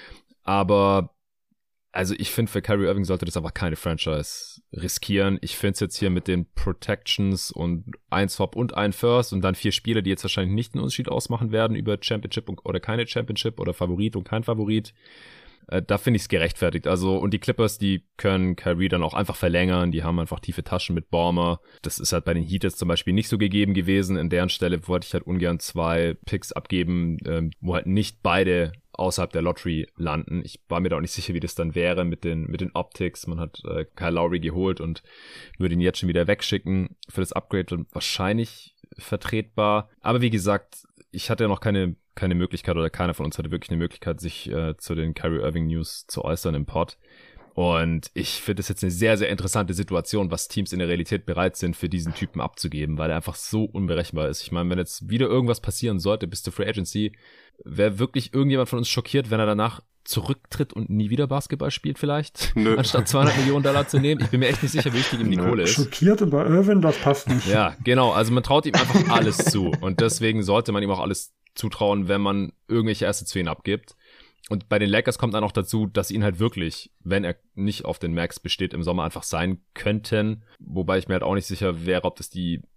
Aber also ich finde, für Kyrie Irving sollte das einfach keine Franchise riskieren. Ich finde es jetzt hier mit den Protections und ein Swap und ein First und dann 4 Spieler, die jetzt wahrscheinlich nicht einen Unterschied ausmachen werden über Championship oder keine Championship oder Favorit und kein Favorit. Da finde ich es gerechtfertigt. Also, und die Clippers, die können Kyrie dann auch einfach verlängern. Die haben einfach tiefe Taschen mit Ballmer. Das ist halt bei den Heat jetzt zum Beispiel nicht so gegeben gewesen. In deren Stelle wollte ich halt ungern 2 Picks abgeben, wo halt nicht beide außerhalb der Lottery landen. Ich war mir da auch nicht sicher, wie das dann wäre mit den Optics. Man hat Kyle Lowry geholt und würde ihn jetzt schon wieder wegschicken. Für das Upgrade wahrscheinlich vertretbar. Aber wie gesagt, ich hatte ja noch keine Möglichkeit oder keiner von uns hatte wirklich eine Möglichkeit, sich zu den Kyrie Irving News zu äußern im Pod. Und ich finde es jetzt eine sehr, sehr interessante Situation, was Teams in der Realität bereit sind, für diesen Typen abzugeben, weil er einfach so unberechenbar ist. Ich meine, wenn jetzt wieder irgendwas passieren sollte bis zur Free Agency, wäre wirklich irgendjemand von uns schockiert, wenn er danach zurücktritt und nie wieder Basketball spielt vielleicht, anstatt $200 Millionen zu nehmen. Ich bin mir echt nicht sicher, wie wichtig ihm die Kohle ist. Schockiert über Irvin, das passt nicht. Ja, genau. Also man traut ihm einfach alles zu. Und deswegen sollte man ihm auch alles zutrauen, wenn man irgendwelche Assets für ihn abgibt. Und bei den Lakers kommt dann auch dazu, dass ihn halt wirklich, wenn er nicht auf den Max besteht, im Sommer einfach sein könnten. Wobei ich mir halt auch nicht sicher wäre, ob das die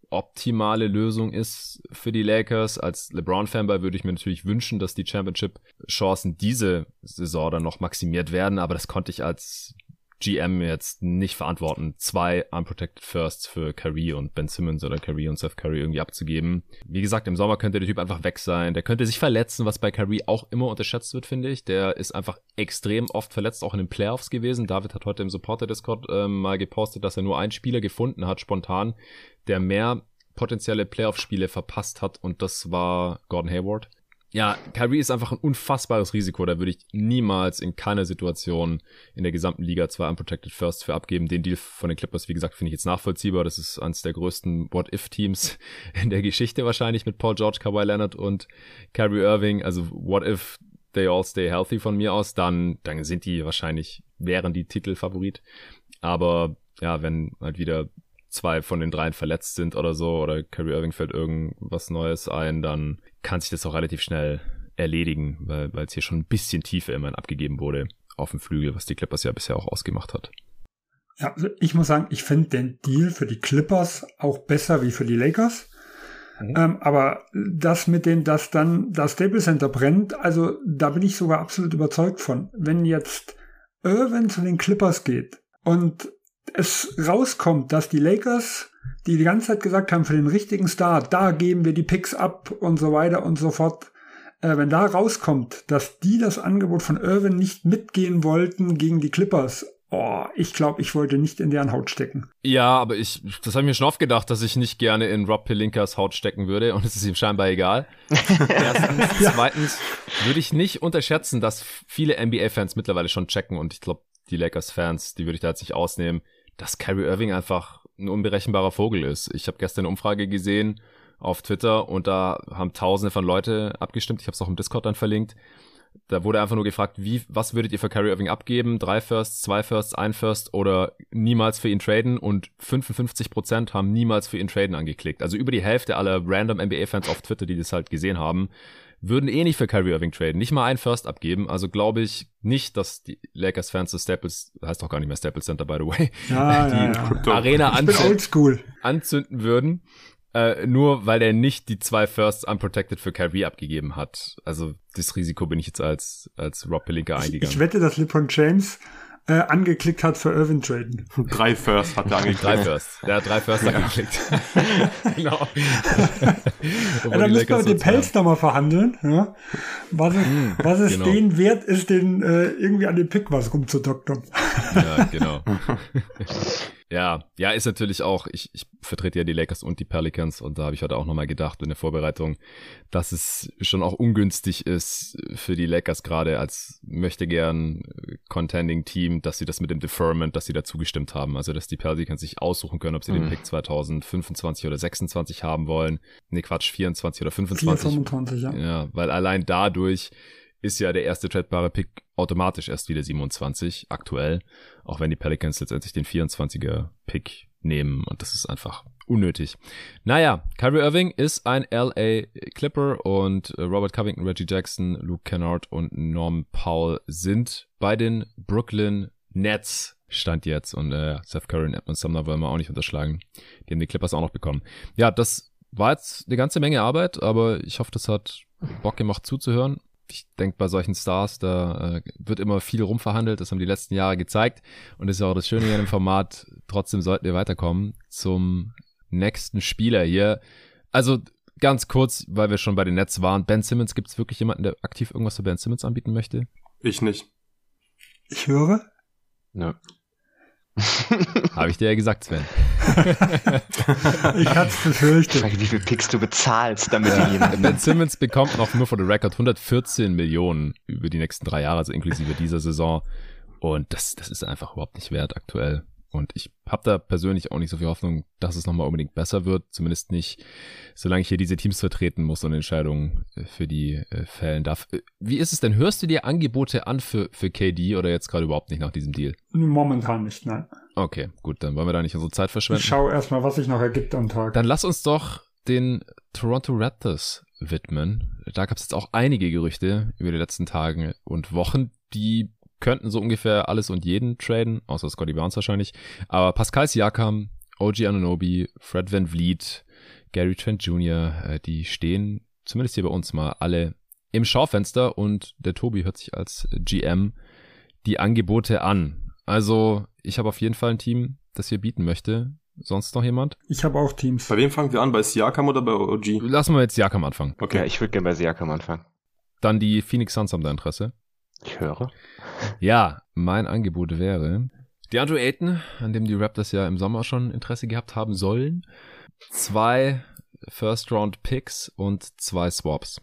optimale Lösung ist für die Lakers. Als LeBron-Fanboy würde ich mir natürlich wünschen, dass die Championship-Chancen diese Saison dann noch maximiert werden, aber das konnte ich als GM jetzt nicht verantworten, 2 unprotected Firsts für Curry und Ben Simmons oder Curry und Seth Curry irgendwie abzugeben. Wie gesagt, im Sommer könnte der Typ einfach weg sein. Der könnte sich verletzen, was bei Curry auch immer unterschätzt wird, finde ich. Der ist einfach extrem oft verletzt, auch in den Playoffs gewesen. David hat heute im Supporter-Discord mal gepostet, dass er nur einen Spieler gefunden hat, spontan, der mehr potenzielle Playoff-Spiele verpasst hat, und das war Gordon Hayward. Ja, Kyrie ist einfach ein unfassbares Risiko. Da würde ich niemals in keiner Situation in der gesamten Liga 2 unprotected Firsts für abgeben. Den Deal von den Clippers, wie gesagt, finde ich jetzt nachvollziehbar. Das ist eines der größten What-If-Teams in der Geschichte wahrscheinlich mit Paul George, Kawhi Leonard und Kyrie Irving. Also what if they all stay healthy von mir aus, dann sind die wahrscheinlich, wären die Titelfavorit. Aber ja, wenn halt wieder 2 von den 3 verletzt sind oder so, oder Kyrie Irving fällt irgendwas Neues ein, dann kann sich das auch relativ schnell erledigen, weil es hier schon ein bisschen Tiefe immerhin abgegeben wurde auf dem Flügel, was die Clippers ja bisher auch ausgemacht hat. Ja, also ich muss sagen, ich finde den Deal für die Clippers auch besser wie für die Lakers. Aber das mit dem, dass dann das Staples Center brennt, also da bin ich sogar absolut überzeugt von. Wenn jetzt Irvin zu den Clippers geht und es rauskommt, dass die Lakers, die ganze Zeit gesagt haben, für den richtigen Star, da geben wir die Picks ab und so weiter und so fort, wenn da rauskommt, dass die das Angebot von Irvin nicht mitgehen wollten gegen die Clippers, ich glaube, ich wollte nicht in deren Haut stecken. Ja, aber das habe ich mir schon oft gedacht, dass ich nicht gerne in Rob Pelinkas Haut stecken würde, und es ist ihm scheinbar egal. Erstens. Ja. Zweitens würde ich nicht unterschätzen, dass viele NBA-Fans mittlerweile schon checken, und ich glaube, die Lakers-Fans, die würde ich da jetzt nicht ausnehmen, dass Kyrie Irving einfach ein unberechenbarer Vogel ist. Ich habe gestern eine Umfrage gesehen auf Twitter, und da haben Tausende von Leute abgestimmt. Ich habe es auch im Discord dann verlinkt. Da wurde einfach nur gefragt, was würdet ihr für Kyrie Irving abgeben? 3 Firsts, 2 Firsts, 1 First oder niemals für ihn traden? Und 55% haben niemals für ihn traden angeklickt. Also über die Hälfte aller random NBA-Fans auf Twitter, die das halt gesehen haben, würden nicht für Kyrie Irving traden, nicht mal einen First abgeben. Also glaube ich nicht, dass die Lakers-Fans das Staples, heißt doch gar nicht mehr Staples Center, by the way, die Arena anzünden würden, nur weil er nicht die 2 Firsts unprotected für Kyrie abgegeben hat. Also das Risiko bin ich jetzt als Rob Pelinka eingegangen. Ich wette, dass LeBron James angeklickt hat für Irvin traden. 3 Firsts hat er angeklickt. 3 Firsts. Der hat 3 Firsts angeklickt. Genau. Ja, dann müssen wir mit den Pelz nochmal verhandeln. Ja? Was es genau denen wert ist, den irgendwie an den Pick was rumzudoktern. Ja, genau. Ja, ist natürlich auch, ich vertrete ja die Lakers und die Pelicans, und da habe ich heute auch nochmal gedacht in der Vorbereitung, dass es schon auch ungünstig ist für die Lakers gerade als möchte gern Contending Team, dass sie das mit dem Deferment, dass sie da zugestimmt haben, also dass die Pelicans sich aussuchen können, ob sie den Pick 2025 oder 26 haben wollen. Nee, Quatsch, 24 oder 25. 25, ja. Ja, weil allein dadurch ist ja der erste tradebare Pick automatisch erst wieder 27 aktuell, auch wenn die Pelicans letztendlich den 24er Pick nehmen, und das ist einfach unnötig. Naja, Kyrie Irving ist ein LA Clipper, und Robert Covington, Reggie Jackson, Luke Kennard und Norm Powell sind bei den Brooklyn Nets Stand jetzt, und Seth Curry und Edmund Sumner wollen wir auch nicht unterschlagen. Die haben die Clippers auch noch bekommen. Ja, das war jetzt eine ganze Menge Arbeit, aber ich hoffe, das hat Bock gemacht zuzuhören. Ich denke, bei solchen Stars, da wird immer viel rumverhandelt. Das haben die letzten Jahre gezeigt. Und das ist ja auch das Schöne hier im Format. Trotzdem sollten wir weiterkommen zum nächsten Spieler hier. Also ganz kurz, weil wir schon bei den Nets waren. Ben Simmons, gibt es wirklich jemanden, der aktiv irgendwas für Ben Simmons anbieten möchte? Ich nicht. Ich höre? Ja. Habe ich dir ja gesagt, Sven. Ich hatte es befürchtet. Wie viel Picks du bezahlst, damit du jemanden... Ben Simmons bekommt noch nur for the record 114 Millionen über die nächsten 3 Jahre, also inklusive dieser Saison. Und das ist einfach überhaupt nicht wert aktuell. Und ich habe da persönlich auch nicht so viel Hoffnung, dass es nochmal unbedingt besser wird. Zumindest nicht, solange ich hier diese Teams vertreten muss und Entscheidungen für die fällen darf. Wie ist es denn? Hörst du dir Angebote an für KD oder jetzt gerade überhaupt nicht nach diesem Deal? Momentan nicht, nein. Okay, gut, dann wollen wir da nicht unsere Zeit verschwenden. Ich schaue erstmal, was sich noch ergibt am Tag. Dann lass uns doch den Toronto Raptors widmen. Da gab es jetzt auch einige Gerüchte über die letzten Tage und Wochen, die könnten so ungefähr alles und jeden traden, außer Scottie Barnes wahrscheinlich. Aber Pascal Siakam, OG Anunoby, Fred VanVleet, Gary Trent Jr., die stehen zumindest hier bei uns mal alle im Schaufenster und der Tobi hört sich als GM die Angebote an. Also ich habe auf jeden Fall ein Team, das hier bieten möchte. Sonst noch jemand? Ich habe auch Teams. Bei wem fangen wir an? Bei Siakam oder bei OG? Lassen wir jetzt Siakam anfangen. Okay. Ja, ich würde gerne bei Siakam anfangen. Dann die Phoenix Suns haben da Interesse. Ich höre. Ja, mein Angebot wäre DeAndre Ayton, an dem die Raptors ja im Sommer schon Interesse gehabt haben sollen. 2 First-Round-Picks und 2 Swaps.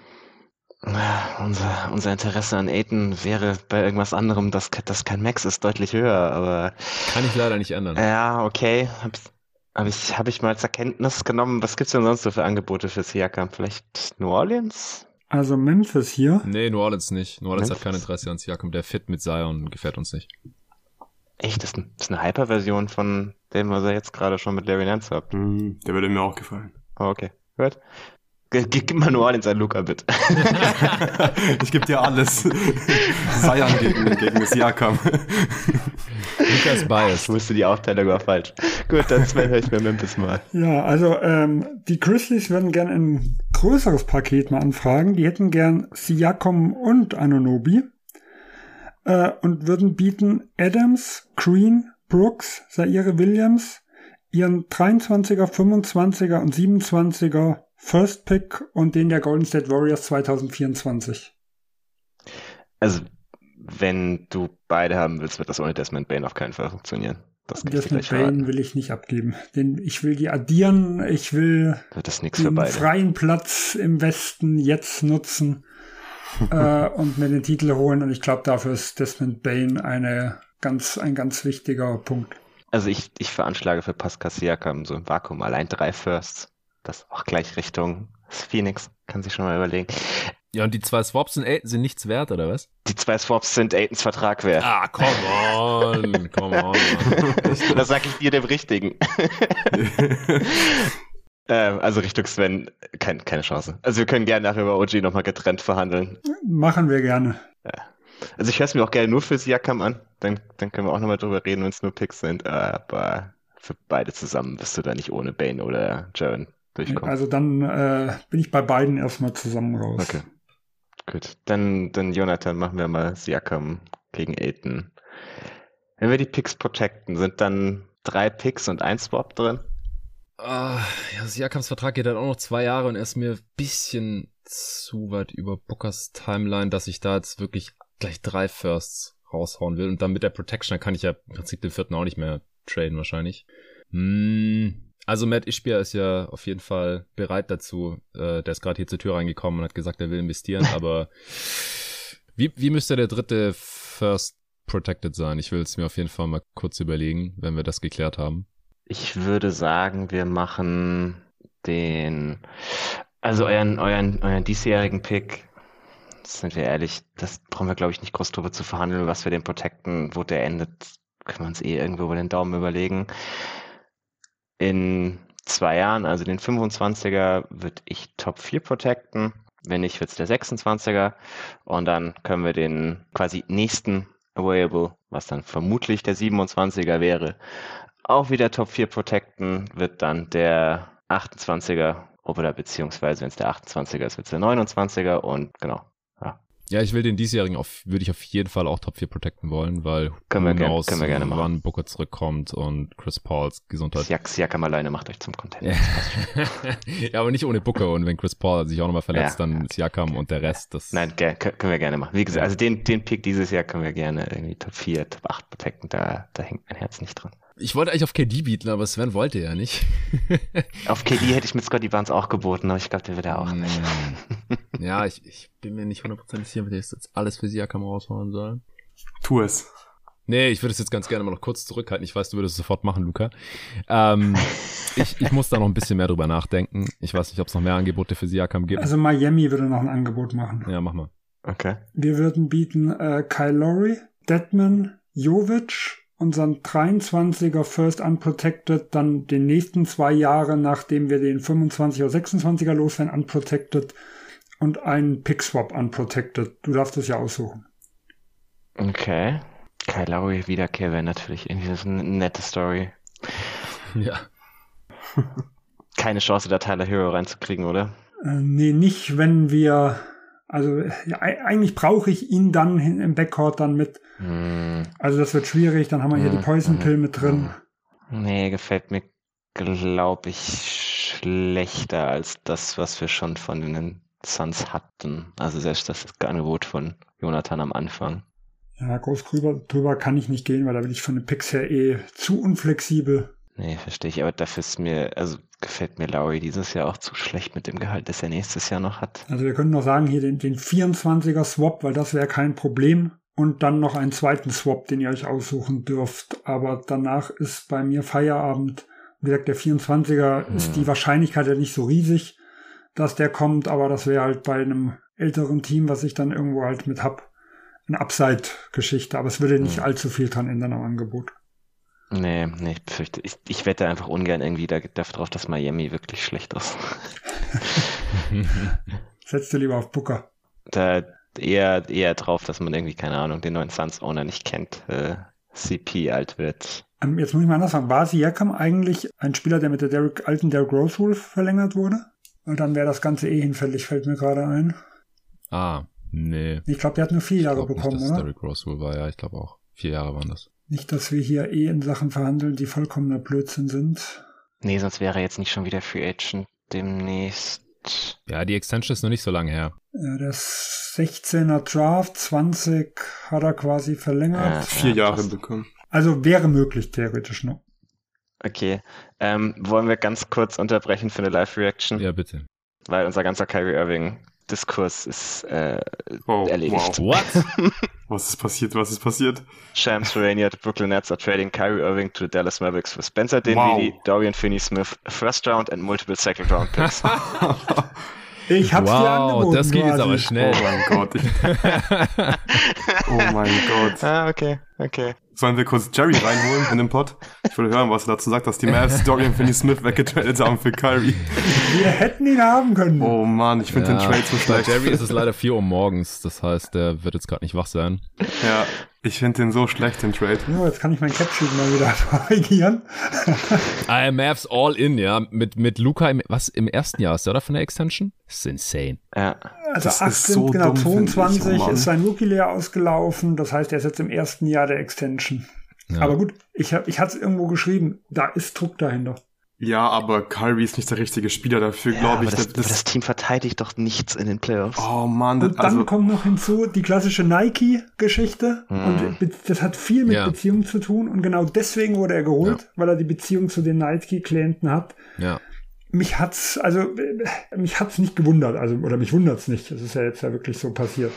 Unser Interesse an Ayton wäre bei irgendwas anderem, das kein Max ist, deutlich höher, aber... Kann ich leider nicht ändern. Ja, okay. Hab ich mal zur Kenntnis genommen. Was gibt's denn sonst so für Angebote für Siakam? Vielleicht New Orleans? Also Memphis hier. Nee, New Orleans nicht. New Orleans hat kein Interesse an Siakam. Der Fit mit Zion gefällt uns nicht. Echt? Das ist eine Hyper-Version von dem, was er jetzt gerade schon mit Larry Nance hat. Der würde mir auch gefallen. Oh, okay. Gut. Gib mal nur Orleans an Luka, bitte. Ich gebe dir alles. Zion gegen Siakam. Lukas Bias. Ich wusste, die Aufteilung war falsch. Gut, dann höre ich mir Memphis mal. Ja, also die Grizzlies würden gern ein größeres Paket mal anfragen. Die hätten gern Siakam und Anunoby und würden bieten Adams, Green, Brooks, Zaire Williams, ihren 23er, 25er und 27er First Pick und den der Golden State Warriors 2024. Also, wenn du beide haben willst, wird das ohne Desmond Bane auf keinen Fall funktionieren. Desmond Bane will ich nicht abgeben. Ich will die addieren, ich will den freien Platz im Westen jetzt nutzen und mir den Titel holen. Und ich glaube, dafür ist Desmond Bane ein ganz wichtiger Punkt. Also ich veranschlage für Pascal Siakam so im Vakuum allein 3 Firsts. Das auch gleich Richtung Phoenix, kann sich schon mal überlegen. Ja, und die 2 Swaps sind nichts wert, oder was? Die 2 Swaps sind Aytons Vertrag wert. Ah, come on. Das sag ich dir, dem Richtigen. Also Richtung Sven, keine Chance. Also wir können gerne nachher über OG nochmal getrennt verhandeln. Machen wir gerne. Ja. Also ich höre es mir auch gerne nur für Siakam an. Dann können wir auch nochmal drüber reden, wenn es nur Picks sind. Aber für beide zusammen wirst du da nicht ohne Bane oder Jaren durchkommen. Also dann bin ich bei beiden erstmal zusammen raus. Okay. Gut. Dann Jonathan, machen wir mal Siakam gegen Ayton. Wenn wir die Picks protecten, sind dann 3 Picks und 1 Swap drin? Ja, Siakams Vertrag geht dann auch noch 2 Jahre und er ist mir ein bisschen zu weit über Bookers Timeline, dass ich da jetzt wirklich gleich 3 Firsts raushauen will. Und dann mit der Protection, dann kann ich ja im Prinzip den 4. auch nicht mehr traden wahrscheinlich. Also Matt Ishbia ist ja auf jeden Fall bereit dazu. Der ist gerade hier zur Tür reingekommen und hat gesagt, er will investieren. Aber wie müsste der 3. First protected sein? Ich will es mir auf jeden Fall mal kurz überlegen, wenn wir das geklärt haben. Ich würde sagen, wir machen euren diesjährigen Pick. Sind wir ehrlich, das brauchen wir, glaube ich, nicht groß drüber zu verhandeln, was wir den protecten, wo der endet. Können wir uns irgendwo über den Daumen überlegen. In 2 Jahren, also den 25er, würde ich Top 4 protecten. Wenn nicht, wird es der 26er. Und dann können wir den quasi nächsten Available, was dann vermutlich der 27er wäre, auch wieder Top 4 protecten. Wird dann der 28er oder beziehungsweise, wenn es der 28er ist, wird es der 29er und genau. Ja, ich will den diesjährigen würde ich auf jeden Fall auch Top 4 protecten wollen, weil können wir gerne machen. Wann Booker zurückkommt und Chris Pauls Gesundheit. Siakam alleine macht euch zum Contender. Ja, aber nicht ohne Booker und wenn Chris Paul sich auch nochmal verletzt, dann Siakam und der Rest. Nein, können wir gerne machen. Wie gesagt, also den Pick dieses Jahr können wir gerne irgendwie Top 4, Top 8 protecten, da hängt mein Herz nicht dran. Ich wollte eigentlich auf KD bieten, aber Sven wollte ja nicht. Auf KD hätte ich mit Scotty Barnes auch geboten, aber ich glaube, der will ja auch nicht. Ja, ich bin mir nicht 100% sicher, ob ich jetzt alles für Siakam raushauen soll. Tu es. Nee, ich würde es jetzt ganz gerne mal noch kurz zurückhalten. Ich weiß, du würdest es sofort machen, Luca. Ich muss da noch ein bisschen mehr drüber nachdenken. Ich weiß nicht, ob es noch mehr Angebote für Siakam gibt. Also Miami würde noch ein Angebot machen. Ja, mach mal. Okay. Wir würden bieten Kyle Lowry, Dedmon, Jovic, unseren 23er First Unprotected, dann den nächsten 2 Jahre, nachdem wir den 25er, 26er loswerden, Unprotected und einen Pick-Swap Unprotected. Du darfst es ja aussuchen. Okay. Kyle Lowry Wiederkehr wäre natürlich irgendwie so eine nette Story. Ja. keine Chance, da Tyler Hero reinzukriegen, oder? Nee, nicht, wenn wir, also ja, eigentlich brauche ich ihn dann im Backcourt dann mit. Also das wird schwierig, dann haben wir hier die Poison Pill mit drin. Nee, gefällt mir, glaube ich, schlechter als das, was wir schon von den Suns hatten. Also selbst das Angebot von Jonathan am Anfang. Ja, groß drüber kann ich nicht gehen, weil da bin ich von den Picks her zu unflexibel. Nee, verstehe ich, aber dafür gefällt mir Lowry dieses Jahr auch zu schlecht mit dem Gehalt, das er nächstes Jahr noch hat. Also wir können noch sagen, hier den 24er Swap, weil das wäre kein Problem. Und dann noch einen zweiten Swap, den ihr euch aussuchen dürft. Aber danach ist bei mir Feierabend. Wie gesagt, der 24er ist die Wahrscheinlichkeit ja nicht so riesig, dass der kommt. Aber das wäre halt bei einem älteren Team, was ich dann irgendwo halt mit hab, eine Upside-Geschichte. Aber es würde nicht allzu viel dran ändern am Angebot. Nee, ich befürchte, ich wette einfach ungern irgendwie darauf, dass Miami wirklich schlecht ist. Setzt du lieber auf Booker. Da eher drauf, dass man irgendwie, keine Ahnung, den neuen Suns-Owner nicht kennt, CP alt wird. Jetzt muss ich mal anders sagen, war Siakam eigentlich ein Spieler, der mit der alten Derrick Rose verlängert wurde? Und dann wäre das Ganze hinfällig, fällt mir gerade ein. Nee. Ich glaube, der hat nur 4 Jahre bekommen, nicht, dass oder? Derrick Rose war, ja, ich glaube auch. 4 Jahre waren das. Nicht, dass wir hier in Sachen verhandeln, die vollkommener Blödsinn sind. Nee, sonst wäre er jetzt nicht schon wieder Free Agent demnächst. Ja, die Extension ist noch nicht so lange her. Ja, der 16er Draft, 20 hat er quasi verlängert. 4 Jahre bekommen. Also wäre möglich, theoretisch noch. Okay. Wollen wir ganz kurz unterbrechen für eine Live-Reaction? Ja, bitte. Weil unser ganzer Kyrie Irving-Diskurs ist erledigt. Wow. What? Was ist passiert? Shams Charania, the Brooklyn Nets are trading Kyrie Irving to the Dallas Mavericks for Spencer Dinwiddie, Dorian Finney-Smith, first round and multiple second round picks. Ich hab's dir angeboten. Das geht jetzt aber schnell. Oh mein Gott. Oh mein Gott. Okay. Sollen wir kurz Jerry reinholen in den Pod? Ich will hören, was er dazu sagt, dass die Mavs Dorian Finney-Smith weggetradet haben für Kyrie. Wir hätten ihn haben können. Oh Mann, ich finde den Trade so schlecht. Bei Jerry ist es leider 4 Uhr morgens, das heißt, der wird jetzt gerade nicht wach sein. Ja, ich finde den so schlecht, den Trade. Ja, jetzt kann ich mein Capsheet mal wieder korrigieren. Mavs all in, ja, mit Luka im ersten Jahr ist der, oder, von der Extension? Das ist insane. Ja. Also das 18, ist so genau, dumm, 22 oh ist sein Rookie-Lehr ausgelaufen. Das heißt, er ist jetzt im ersten Jahr der Extension. Ja. Aber gut, ich hatte es irgendwo geschrieben, da ist Druck dahinter. Ja, aber Kyrie ist nicht der richtige Spieler dafür, glaube ich. Aber das Team verteidigt doch nichts in den Playoffs. Oh Mann. Und dann kommt noch hinzu die klassische Nike-Geschichte. Und das hat viel mit Beziehungen zu tun. Und genau deswegen wurde er geholt, weil er die Beziehung zu den Nike-Klienten hat. Ja. Mich hat's nicht gewundert, oder mich wundert's nicht. Das ist ja jetzt ja wirklich so passiert.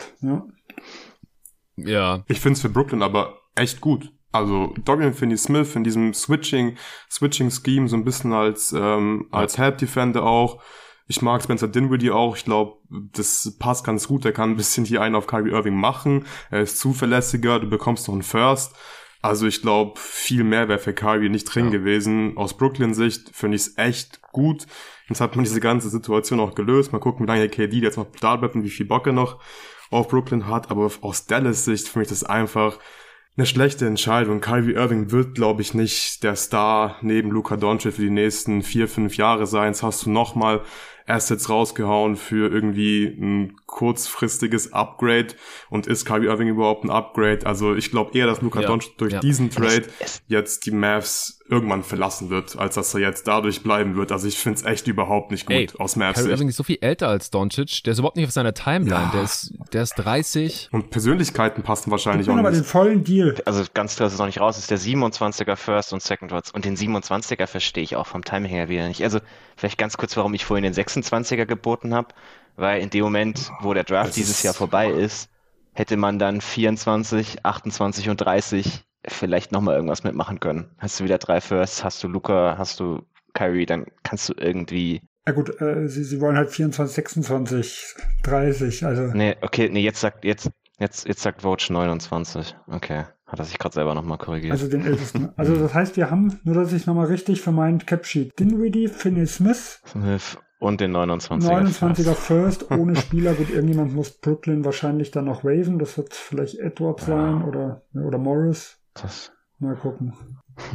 Ja. Ich finde es für Brooklyn aber echt gut. Also Dorian Finney-Smith in diesem Switching-Scheme so ein bisschen als Help-Defender auch. Ich mag Spencer Dinwiddie auch. Ich glaube, das passt ganz gut. Er kann ein bisschen hier einen auf Kyrie Irving machen. Er ist zuverlässiger. Du bekommst noch einen First. Also ich glaube, viel mehr wäre für Kyrie nicht drin gewesen. Aus Brooklyn-Sicht finde ich es echt gut. Jetzt hat man diese ganze Situation auch gelöst. Mal gucken, wie lange KD jetzt noch da bleibt und wie viel Bock er noch auf Brooklyn hat. Aber aus Dallas-Sicht finde ich das einfach eine schlechte Entscheidung. Kyrie Irving wird, glaube ich, nicht der Star neben Luka Doncic für die nächsten 4-5 Jahre sein. Jetzt hast du nochmal Assets rausgehauen für irgendwie ein kurzfristiges Upgrade. Und ist Kyrie Irving überhaupt ein Upgrade? Also ich glaube eher, dass Luka Doncic durch diesen Trade jetzt die Mavs irgendwann verlassen wird, als dass er jetzt dadurch bleiben wird. Also ich finde es echt überhaupt nicht gut aus Mavs Sicht. Kyrie Irving ist so viel älter als Doncic. Der ist überhaupt nicht auf seiner Timeline. Ja. Der ist 30. Und Persönlichkeiten passen wahrscheinlich auch nicht. Aber den vollen Deal. Also ganz klar, dass es noch nicht raus ist. Der 27er First und Second Rounds. Und den 27er verstehe ich auch vom Timing her wieder nicht. Also vielleicht ganz kurz, warum ich vorhin den 26er geboten habe. Weil in dem Moment, wo der Draft dieses Jahr vorbei ist, hätte man dann 24, 28 und 30 vielleicht nochmal irgendwas mitmachen können. Hast du wieder 3 Firsts, hast du Luka, hast du Kyrie, dann kannst du irgendwie... Ja gut, sie wollen halt 24, 26, 30, also... Jetzt sagt Vogue 29. Okay, hat er sich gerade selber nochmal korrigiert. Also den ältesten. Also das heißt, wir haben, nur dass ich nochmal richtig für meinen Capsheet, Dinwiddie, Finney-Smith und den 29er 29er First, ohne Spieler. Gut, irgendjemand muss Brooklyn wahrscheinlich dann noch waven. Das wird vielleicht Edwards sein oder Morris. Mal gucken.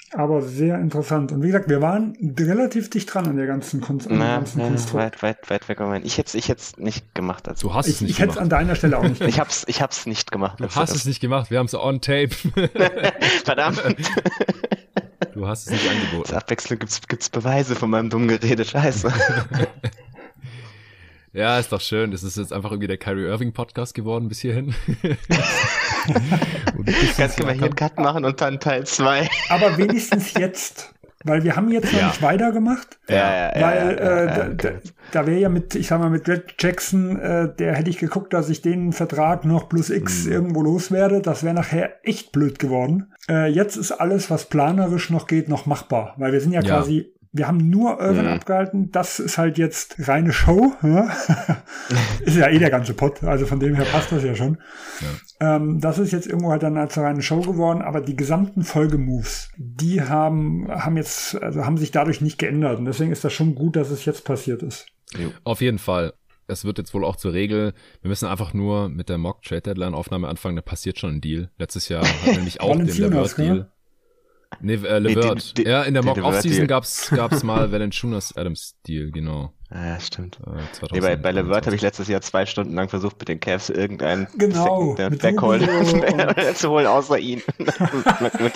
Aber sehr interessant. Und wie gesagt, wir waren relativ dicht dran an der ganzen Konstrukt. Weit weg. Moment. Ich hätte es nicht gemacht. Also. Du hast es nicht Ich hätte es an deiner Stelle auch nicht gemacht. Ich hab's nicht gemacht. Du hast es nicht gemacht. Wir haben es on tape. Verdammt. Du hast es nicht angeboten. Zur Abwechslung gibt's Beweise von meinem dummen Gerede. Scheiße. Ja, ist doch schön. Das ist jetzt einfach irgendwie der Kyrie Irving Podcast geworden bis hierhin. Kannst du mal hier einen Cut machen und dann Teil 2. Aber wenigstens jetzt. Weil wir haben jetzt noch nicht weitergemacht. Weil da wäre ja mit Red Jackson, der hätte ich geguckt, dass ich den Vertrag noch plus X irgendwo loswerde. Das wäre nachher echt blöd geworden. Jetzt ist alles, was planerisch noch geht, noch machbar. Weil wir sind ja quasi... Wir haben nur Irvin abgehalten. Das ist halt jetzt reine Show. Ja? Ist ja der ganze Pott. Also von dem her passt das ja schon. Ja. Das ist jetzt irgendwo halt dann als reine Show geworden. Aber die gesamten Folgemoves, die haben sich dadurch nicht geändert. Und deswegen ist das schon gut, dass es jetzt passiert ist. Auf jeden Fall. Es wird jetzt wohl auch zur Regel. Wir müssen einfach nur mit der Mock-Trade-Deadline-Aufnahme anfangen. Da passiert schon ein Deal. Letztes Jahr hat nämlich auch den LeVert-Deal. Nee, LeVert. Ja, in der Mock-Off-Season gab's mal Valanciunas-Adams-Deal, genau. Ja, stimmt. Bei LeVert habe ich letztes Jahr 2 Stunden lang versucht, mit den Cavs irgendeinen Backhold zu holen, außer ihn. Na gut.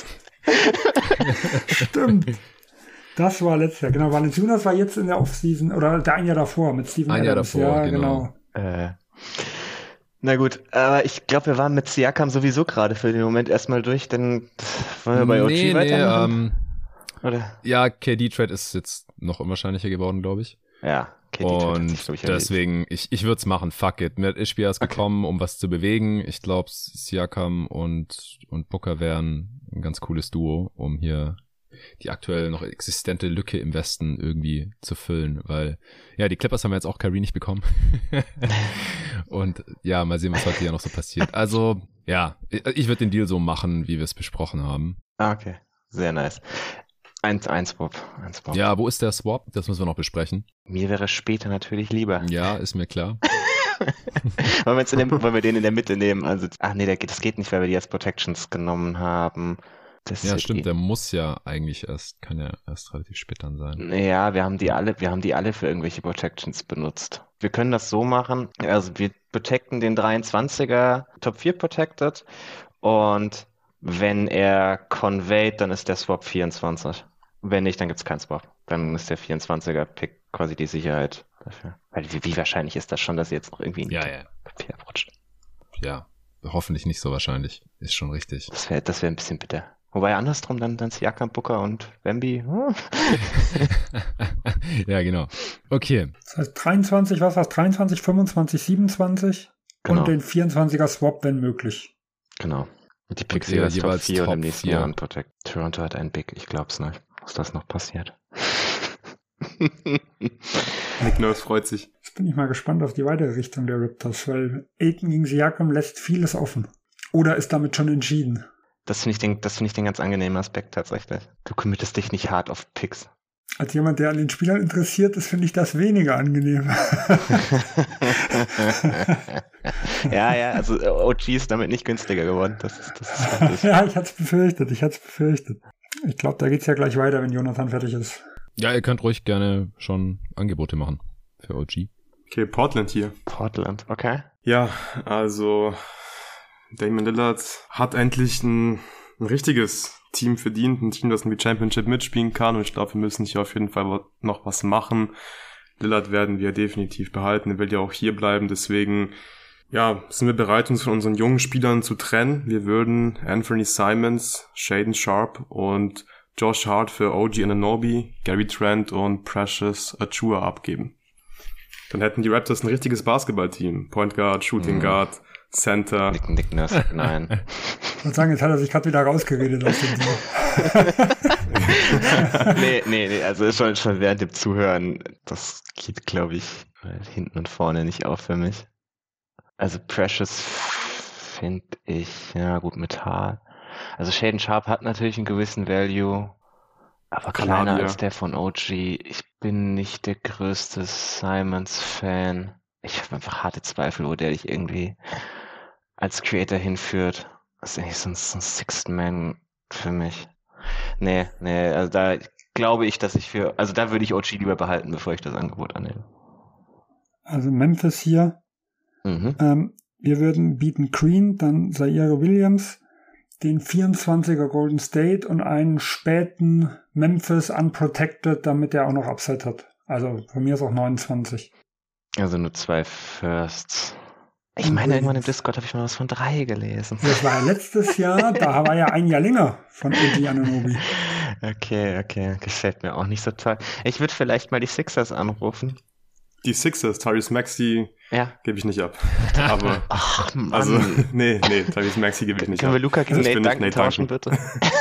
Stimmt. Das war letztes Jahr, genau. Valanciunas war jetzt in der Off-Season, oder ein Jahr davor mit Steven Adams. Ein Jahr davor, genau. Na gut, aber ich glaube, wir waren mit Siakam sowieso gerade für den Moment erstmal durch, denn wollen wir bei OG weitermachen? Oder? Ja, KD-Trade ist jetzt noch unwahrscheinlicher geworden, glaube ich. Ja, KD-Trade. Und deswegen, ich würde es machen, fuck it. Matt Ishbia ist gekommen, um was zu bewegen. Ich glaube, Siakam und Booker wären ein ganz cooles Duo, um hier die aktuell noch existente Lücke im Westen irgendwie zu füllen, weil ja, die Clippers haben ja jetzt auch Kyrie nicht bekommen. Und ja, mal sehen, was heute ja noch so passiert. Also, ja, ich würde den Deal so machen, wie wir es besprochen haben. Okay, sehr nice. Ein Swap. Ja, wo ist der Swap? Das müssen wir noch besprechen. Mir wäre später natürlich lieber. Ja, ist mir klar. Wollen wir den in der Mitte nehmen? Also, das geht nicht, weil wir die als Protections genommen haben. Ja, stimmt, der muss ja eigentlich kann ja erst relativ spät dann sein. Ja, wir haben die alle für irgendwelche Protections benutzt. Wir können das so machen, also wir protecten den 23er Top 4 protected und wenn er conveyed, dann ist der Swap 24. Wenn nicht, dann gibt's keinen Swap. Dann ist der 24er Pick quasi die Sicherheit dafür. Weil wie wahrscheinlich ist das schon, dass ihr jetzt noch irgendwie in Papier abrutscht? Ja, hoffentlich nicht so wahrscheinlich. Ist schon richtig. Das wäre ein bisschen bitter. Wobei andersrum dann Siakam, Booker und Wemby. Ja, genau. Okay. Das heißt 23, 23, 25, 27 genau. Und den 24er Swap, wenn möglich. Genau. Und die Picks jeweils Top 4 und im nächsten 4. Jahr unprotected. Toronto hat einen Big, ich glaub's nicht, was das noch passiert. Nick Nurse freut sich. Jetzt bin ich mal gespannt auf die weitere Richtung der Raptors, weil Ayton gegen Siakam lässt vieles offen. Oder ist damit schon entschieden? Das finde ich den ganz angenehmen Aspekt tatsächlich. Du committest dich nicht hart auf Picks. Als jemand, der an den Spielern interessiert ist, finde ich das weniger angenehm. Ja, also OG ist damit nicht günstiger geworden. Das ist ja, ich hatte es befürchtet. Ich glaube, da geht's ja gleich weiter, wenn Jonathan fertig ist. Ja, ihr könnt ruhig gerne schon Angebote machen für OG. Okay, Portland hier. Portland, okay. Ja, also Damian Lillard hat endlich ein richtiges Team verdient, ein Team, das in die Championship mitspielen kann, und ich glaube, wir müssen hier auf jeden Fall noch was machen. Lillard werden wir definitiv behalten, er will ja auch hier bleiben, deswegen ja, sind wir bereit, uns von unseren jungen Spielern zu trennen. Wir würden Anthony Simons, Shaedon Sharpe und Josh Hart für OG Anunoby, Gary Trent und Precious Achiuwa abgeben. Dann hätten die Raptors ein richtiges Basketballteam. Point Guard, Shooting Guard, Center. Nick Nurse, nein. Ich würde sagen, jetzt hat er sich gerade wieder rausgeredet aus dem Deal. Nee, also schon während dem Zuhören, das geht, glaube ich, hinten und vorne nicht auf für mich. Also Precious finde ich, ja gut, mit Haar. Also Shaedon Sharpe hat natürlich einen gewissen Value, aber kleiner als der von OG. Ich bin nicht der größte Simons-Fan. Ich habe einfach harte Zweifel, wo der dich irgendwie als Creator hinführt. Das ist eigentlich so ein Sixth Man für mich. Nee, also da glaube ich, dass da würde ich OG lieber behalten, bevor ich das Angebot annehme. Also Memphis hier. Wir bieten Green, dann Zaire Williams, den 24er Golden State und einen späten Memphis Unprotected, damit er auch noch Upside hat. Also von mir ist auch 29. Also nur 2 Firsts. Ich meine, irgendwann im Discord habe ich mal was von 3 gelesen. Das war ja letztes Jahr, da war ja ein Jahr länger von OG Anunoby. Okay, gefällt mir auch nicht so toll. Ich würde vielleicht mal die Sixers anrufen. Die Sixers, Tyrese Maxey, gebe ich nicht ab. Aber, ach, Mann. Also, nee, Tyrese Maxey gebe ich nicht Können ab. wir Luka gegen Nate Duncan tauschen, bitte?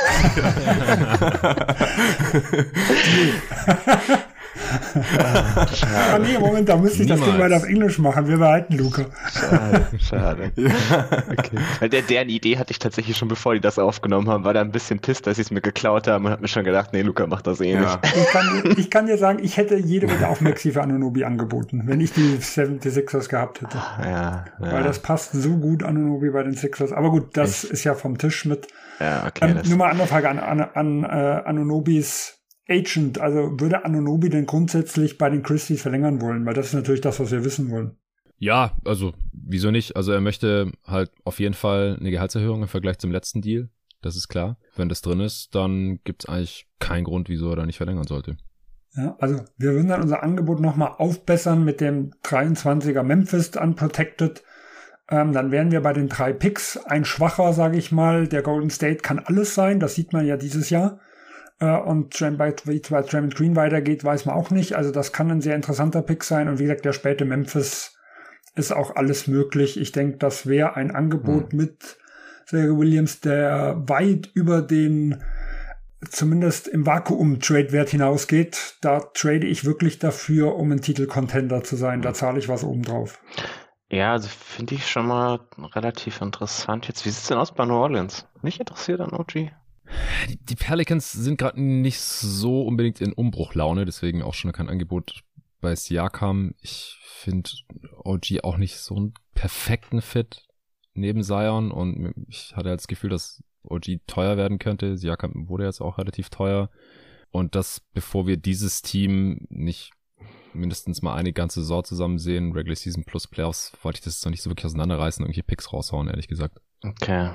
Nee, Moment, da müsste ich das Ding weiter auf Englisch machen. Wir behalten Luka. Schade. Okay. Weil deren Idee hatte ich tatsächlich schon, bevor die das aufgenommen haben, war da ein bisschen pisst, dass sie es mir geklaut haben und hat mir schon gedacht, nee, Luka macht das eh nicht. Ich kann dir sagen, ich hätte jede Wette auf Maxey für Anunoby angeboten, wenn ich die 76ers gehabt hätte. Ja. Weil das passt so gut, Anunoby bei den Sixers. Aber gut, das ist ja vom Tisch mit. Ja, okay. Nur mal eine andere Frage an Anunobys Agent. Also würde Anunoby denn grundsätzlich bei den Christies verlängern wollen? Weil das ist natürlich das, was wir wissen wollen. Ja, also wieso nicht? Also er möchte halt auf jeden Fall eine Gehaltserhöhung im Vergleich zum letzten Deal. Das ist klar. Wenn das drin ist, dann gibt es eigentlich keinen Grund, wieso er da nicht verlängern sollte. Ja, also wir würden dann unser Angebot nochmal aufbessern mit dem 23er Memphis Unprotected. Dann wären wir bei den 3 Picks ein schwacher, sage ich mal. Der Golden State kann alles sein, das sieht man ja dieses Jahr. Und wie zwar Draymond Green weitergeht, weiß man auch nicht. Also das kann ein sehr interessanter Pick sein. Und wie gesagt, der späte Memphis ist auch alles möglich. Ich denke, das wäre ein Angebot mit Zaire Williams, der weit über den zumindest im Vakuum-Trade-Wert hinausgeht. Da trade ich wirklich dafür, um ein Titel-Contender zu sein. Da zahle ich was obendrauf. Ja, also finde ich schon mal relativ interessant. Jetzt, wie sieht's denn aus bei New Orleans? Nicht interessiert an OG? Die Pelicans sind gerade nicht so unbedingt in Umbruchlaune, deswegen auch schon kein Angebot bei Siakam. Ich finde OG auch nicht so einen perfekten Fit neben Zion und ich hatte das Gefühl, dass OG teuer werden könnte. Siakam wurde jetzt auch relativ teuer und das, bevor wir dieses Team nicht mindestens mal eine ganze Saison zusammen sehen, Regular Season plus Playoffs, wollte ich das noch nicht so wirklich auseinanderreißen und irgendwelche Picks raushauen, ehrlich gesagt. Okay.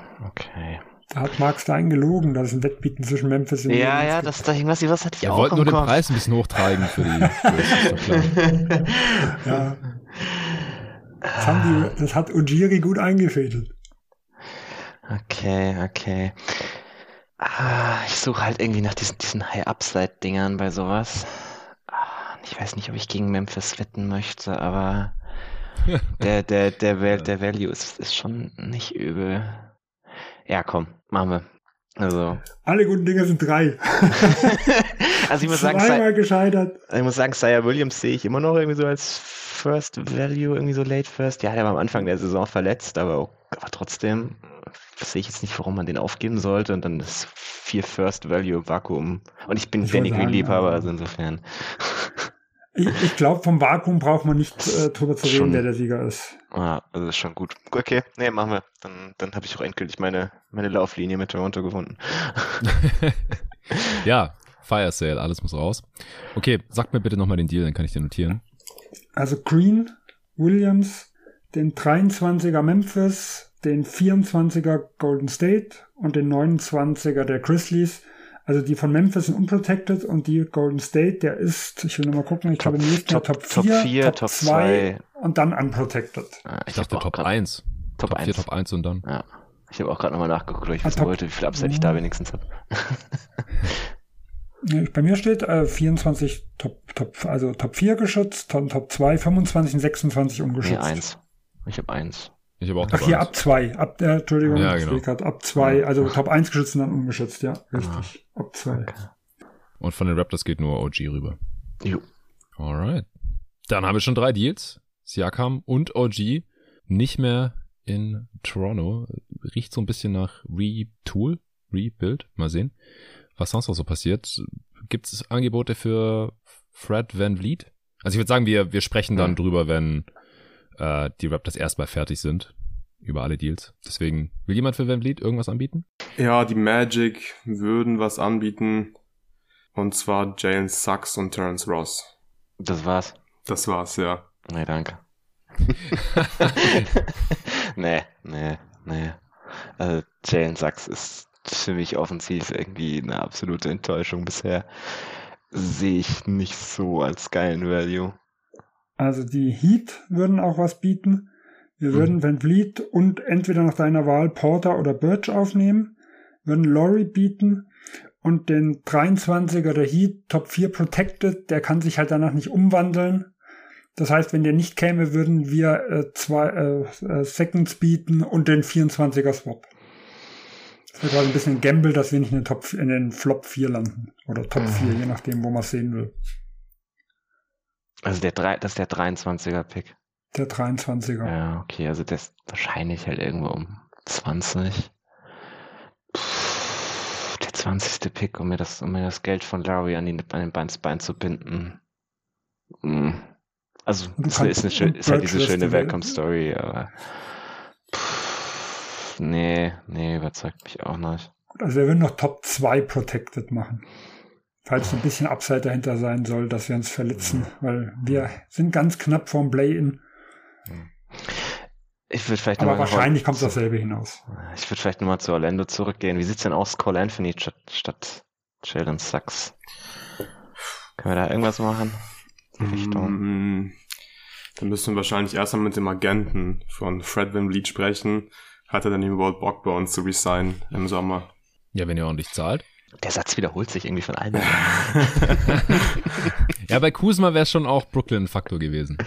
Da hat Mark Stein gelogen, dass es ein Wettbieten zwischen Memphis und Ja, das da irgendwas hatte ich er auch wollte im nur den Kopf. Preis ein bisschen hochtreiben für die ist doch klar. Ja. Das hat Ujiri gut eingefädelt. Okay. Ich suche halt irgendwie nach diesen High-Upside-Dingern bei sowas. Ich weiß nicht, ob ich gegen Memphis wetten möchte, aber der Value ist schon nicht übel. Ja, komm, machen wir. Also. Alle guten Dinge sind 3. Also ich muss sagen, zweimal gescheitert. Ich muss sagen, Zaire Williams sehe ich immer noch irgendwie so als First Value, irgendwie so Late First. Ja, der war am Anfang der Saison verletzt, aber trotzdem sehe ich jetzt nicht, warum man den aufgeben sollte. Und dann ist 4 First Value Vakuum. Und ich bin Danny Green Liebhaber, also insofern. Ich glaube, vom Vakuum braucht man nicht drüber zu reden, wer der Sieger ist. Ah, also ist schon gut. Okay, nee, machen wir. Dann habe ich auch endgültig meine Lauflinie mit Toronto gefunden. Ja, Fire Sale, alles muss raus. Okay, sag mir bitte nochmal den Deal, dann kann ich den notieren. Also Green, Williams, den 23er Memphis, den 24er Golden State und den 29er der Grizzlies. Also die von Memphis sind unprotected und die Golden State, der ist, ich will nochmal gucken, ich glaube im nächsten Jahr Top 4, Top 2 und dann unprotected. Ja, ich dachte Top 1. Top 4, Top 1 und dann. Ja, ich habe auch gerade nochmal nachgeguckt, weil ich wissen wollte, wie viel Upside ich da wenigstens habe. Bei mir steht 24 Top 4 geschützt, Top 2, 25 und 26 ungeschützt. Nee, 1. Ich habe 1. Ich habe auch Top 4 ab 2. Entschuldigung, ja, genau. Ab 2, also Top 1 geschützt und dann ungeschützt, ja, richtig. Ab 2. Okay. Und von den Raptors geht nur OG rüber. Jo. Alright. Dann haben wir schon 3 Deals. Siakam und OG nicht mehr in Toronto. Riecht so ein bisschen nach Rebuild. Mal sehen, was sonst noch so passiert. Gibt es Angebote für Fred VanVleet? Also ich würde sagen, wir sprechen dann drüber, wenn die Raptors erstmal fertig sind. über alle Deals. Deswegen, will jemand für VanVleet irgendwas anbieten? Ja, die Magic würden was anbieten. Und zwar Jalen Suggs und Terrence Ross. Das war's. Das war's, ja. Nee, danke. Nee. Also Jalen Suggs ist für mich offensiv irgendwie eine absolute Enttäuschung bisher. Sehe ich nicht so als geilen Value. Also die Heat würden auch was bieten. Wir würden VanVleet und entweder nach deiner Wahl Porter oder Birch aufnehmen, würden Laurie bieten und den 23er der Heat, Top 4 Protected, der kann sich halt danach nicht umwandeln. Das heißt, wenn der nicht käme, würden wir zwei Seconds bieten und den 24er Swap. Das wird halt ein bisschen Gamble, dass wir nicht in den Flop 4 landen. Oder Top 4, je nachdem, wo man es sehen will. Also das ist der 23er Pick. Der 23er. Ja, okay, also das ist wahrscheinlich halt irgendwo um 20. Der 20. Pick, um mir das Geld von Larry an den Bein zu binden. Also, ist halt diese schöne Welcome-Story, aber nee, überzeugt mich auch nicht. Also wir würden noch Top 2 Protected machen. Falls ein bisschen Upside dahinter sein soll, dass wir uns verletzen, weil wir sind ganz knapp vorm Play-In. Aber wahrscheinlich kommt dasselbe hinaus. Ich würde vielleicht nochmal zu Orlando zurückgehen. Wie sieht's denn aus, Cole Anthony statt Jalen Suggs? Können wir da irgendwas machen? Richtung. Dann müssen wir wahrscheinlich erstmal mit dem Agenten von Fred VanVleet sprechen. Hat er dann überhaupt Bock bei uns zu resignen im Sommer? Ja, wenn ihr ordentlich zahlt. Der Satz wiederholt sich irgendwie von allen. Ja, bei Kuzma wäre es schon auch Brooklyn ein Faktor gewesen.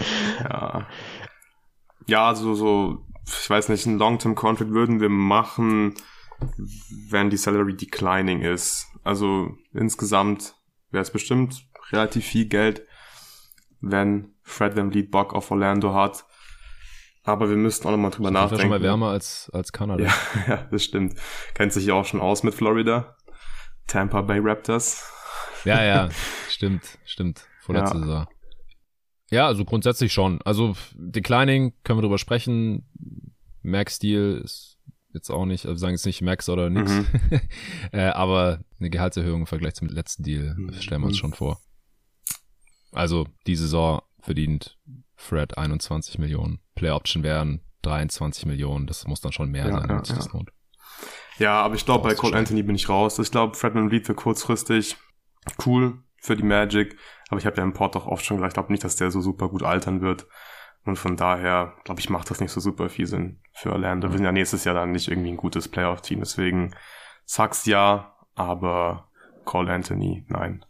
Ja, also so, ich weiß nicht, einen Long-Term-Contract würden wir machen, wenn die Salary declining ist. Also insgesamt wäre es bestimmt relativ viel Geld, wenn Fred VanVleet Bock auf Orlando hat. Aber wir müssten auch nochmal drüber nachdenken. Das ist ja schon mal wärmer als Kanada. Ja, das stimmt. Kennt sich ja auch schon aus mit Florida. Tampa Bay Raptors. Ja, stimmt. Vorletzte Saison. Ja, also grundsätzlich schon. Also Declining, können wir drüber sprechen. Max-Deal ist jetzt auch nicht, also sagen jetzt nicht Max oder nix. Aber eine Gehaltserhöhung im Vergleich zum letzten Deal stellen wir uns schon vor. Also die Saison verdient Fred 21 Millionen. Player Option wären 23 Millionen. Das muss dann schon mehr sein, damit sich das lohnt. Ja, aber ich glaube, bei Cole Anthony bin ich raus. Ich glaube, Fred VanVleet für kurzfristig cool für die Magic. Aber ich habe ja im Pod auch oft schon gesagt, ich glaube nicht, dass der so super gut altern wird. Und von daher, glaube ich, macht das nicht so super viel Sinn für Orlando. Wir sind ja nächstes Jahr dann nicht irgendwie ein gutes Playoff-Team. Deswegen Suggs ja, aber Cole Anthony nein.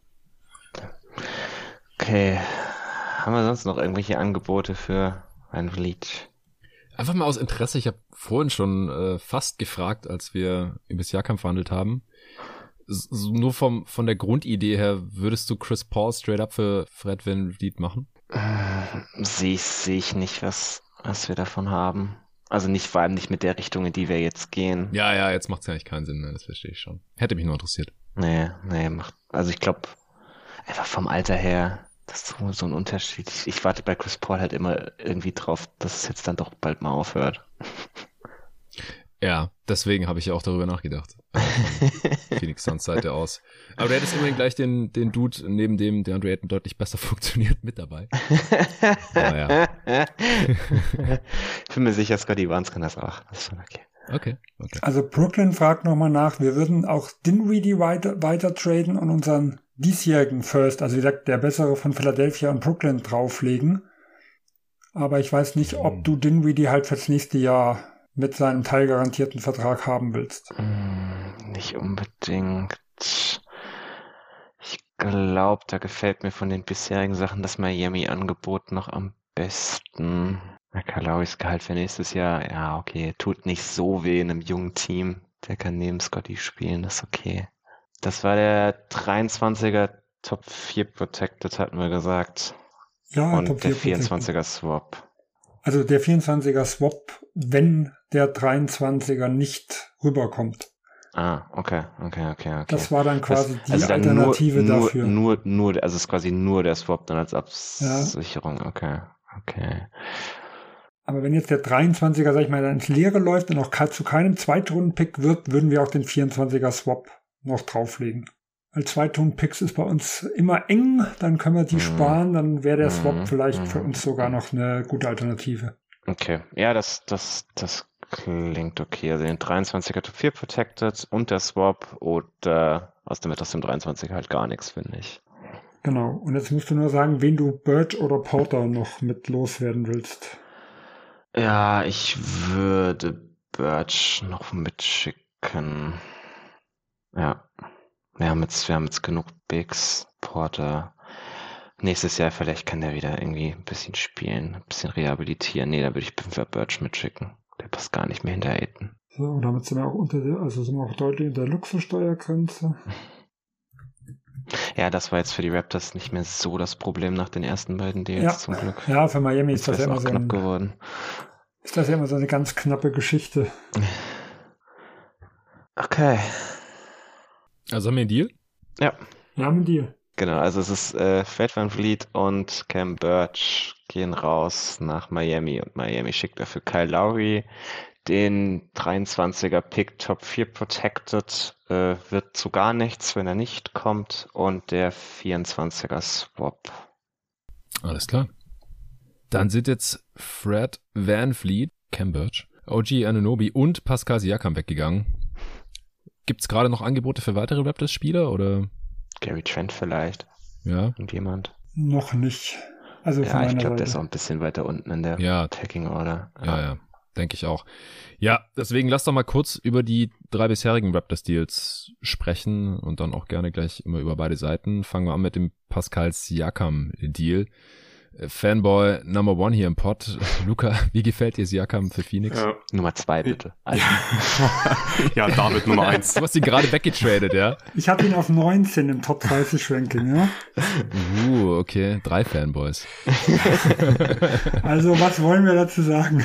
Okay. Haben wir sonst noch irgendwelche Angebote für VanVleet? Einfach mal aus Interesse. Ich habe vorhin schon fast gefragt, als wir über das Jahrkampf verhandelt haben. Nur von der Grundidee her, würdest du Chris Paul straight up für Fred VanVleet machen? Sehe ich nicht, was wir davon haben. Also nicht, vor allem nicht mit der Richtung, in die wir jetzt gehen. Ja, jetzt macht es ja eigentlich keinen Sinn mehr, das verstehe ich schon. Hätte mich nur interessiert. Nee, also ich glaube, einfach vom Alter her, das ist so ein Unterschied. Ich warte bei Chris Paul halt immer irgendwie drauf, dass es jetzt dann doch bald mal aufhört. Ja, deswegen habe ich ja auch darüber nachgedacht. Phoenix Suns Seite aus. Aber du hättest immerhin gleich den Dude, neben dem der Andre Ayton deutlich besser funktioniert, mit dabei. Aber ja. Ich bin mir sicher, Scotty Barnes kann das auch. Das ist schon okay. Okay. Also Brooklyn fragt nochmal nach, wir würden auch Dinwiddie weiter traden und unseren diesjährigen First, also wie gesagt, der bessere von Philadelphia und Brooklyn drauflegen. Aber ich weiß nicht, ob du Dinwiddie halt fürs nächste Jahr mit seinem teilgarantierten Vertrag haben willst. Nicht unbedingt. Ich glaube, da gefällt mir von den bisherigen Sachen das Miami-Angebot noch am besten. Kalauis Gehalt für nächstes Jahr, ja, okay, tut nicht so weh in einem jungen Team. Der kann neben Scotty spielen, das ist okay. Das war der 23er Top 4 Protected, hatten wir gesagt. Ja, und Top 4 der 24er Protected. Swap. Also der 24er Swap, wenn der 23er nicht rüberkommt. Okay. Das war dann quasi die dann Alternative dafür. Also es ist quasi nur der Swap dann als Absicherung, okay. Aber wenn jetzt der 23er, sag ich mal, dann ins Leere läuft und auch zu keinem Zweitrunden-Pick wird, würden wir auch den 24er Swap noch drauflegen. Weil Zweitrunden-Picks ist bei uns immer eng, dann können wir die sparen, dann wäre der Swap vielleicht für uns sogar noch eine gute Alternative. Okay, ja, das klingt okay. Also den 23er Top 4 Protected und der Swap oder aus dem 23er halt gar nichts, finde ich. Genau, und jetzt musst du nur sagen, wen du Birch oder Porter noch mit loswerden willst. Ja, ich würde Birch noch mitschicken. Ja, wir haben jetzt genug Bigs. Porter. Nächstes Jahr vielleicht kann der wieder irgendwie ein bisschen spielen, ein bisschen rehabilitieren. Nee, da würde ich Birch mitschicken. Der passt gar nicht mehr hinter Ayton. So, damit sind wir auch sind wir auch deutlich unter der Luxussteuergrenze. Ja, das war jetzt für die Raptors nicht mehr so das Problem nach den ersten beiden Deals zum Glück. Ja, für Miami ist das ja immer so knapp geworden. Ist das ja immer so eine ganz knappe Geschichte. Okay. Also haben wir einen Deal? Ja. Wir haben einen Deal. Genau, also es ist Fred VanVleet und Cam Birch gehen raus nach Miami und Miami schickt dafür Kyle Lowry. Den 23er Pick Top 4 Protected wird zu gar nichts, wenn er nicht kommt. Und der 24er Swap. Alles klar. Dann sind jetzt Fred VanVleet, Cam Birch, OG Anunoby und Pascal Siakam weggegangen. Gibt es gerade noch Angebote für weitere Raptors-Spieler oder? Gary Trent vielleicht. Ja. Irgendjemand? Noch nicht. Also ja, ich glaube, der ist auch ein bisschen weiter unten in der Packing Order. Ja, denke ich auch. Ja, deswegen lass doch mal kurz über die 3 bisherigen Raptors-Deals sprechen und dann auch gerne gleich immer über beide Seiten. Fangen wir an mit dem Pascal Siakam-Deal. Fanboy Number 1 hier im Pod. Luca, wie gefällt dir Siakam für Phoenix? Ja. Nummer 2 bitte. Ja, David Nummer 1. Du hast ihn gerade weggetradet, ja? Ich habe ihn auf 19 im Top 30 Ranking, ja? Okay. 3 Fanboys. Also, was wollen wir dazu sagen?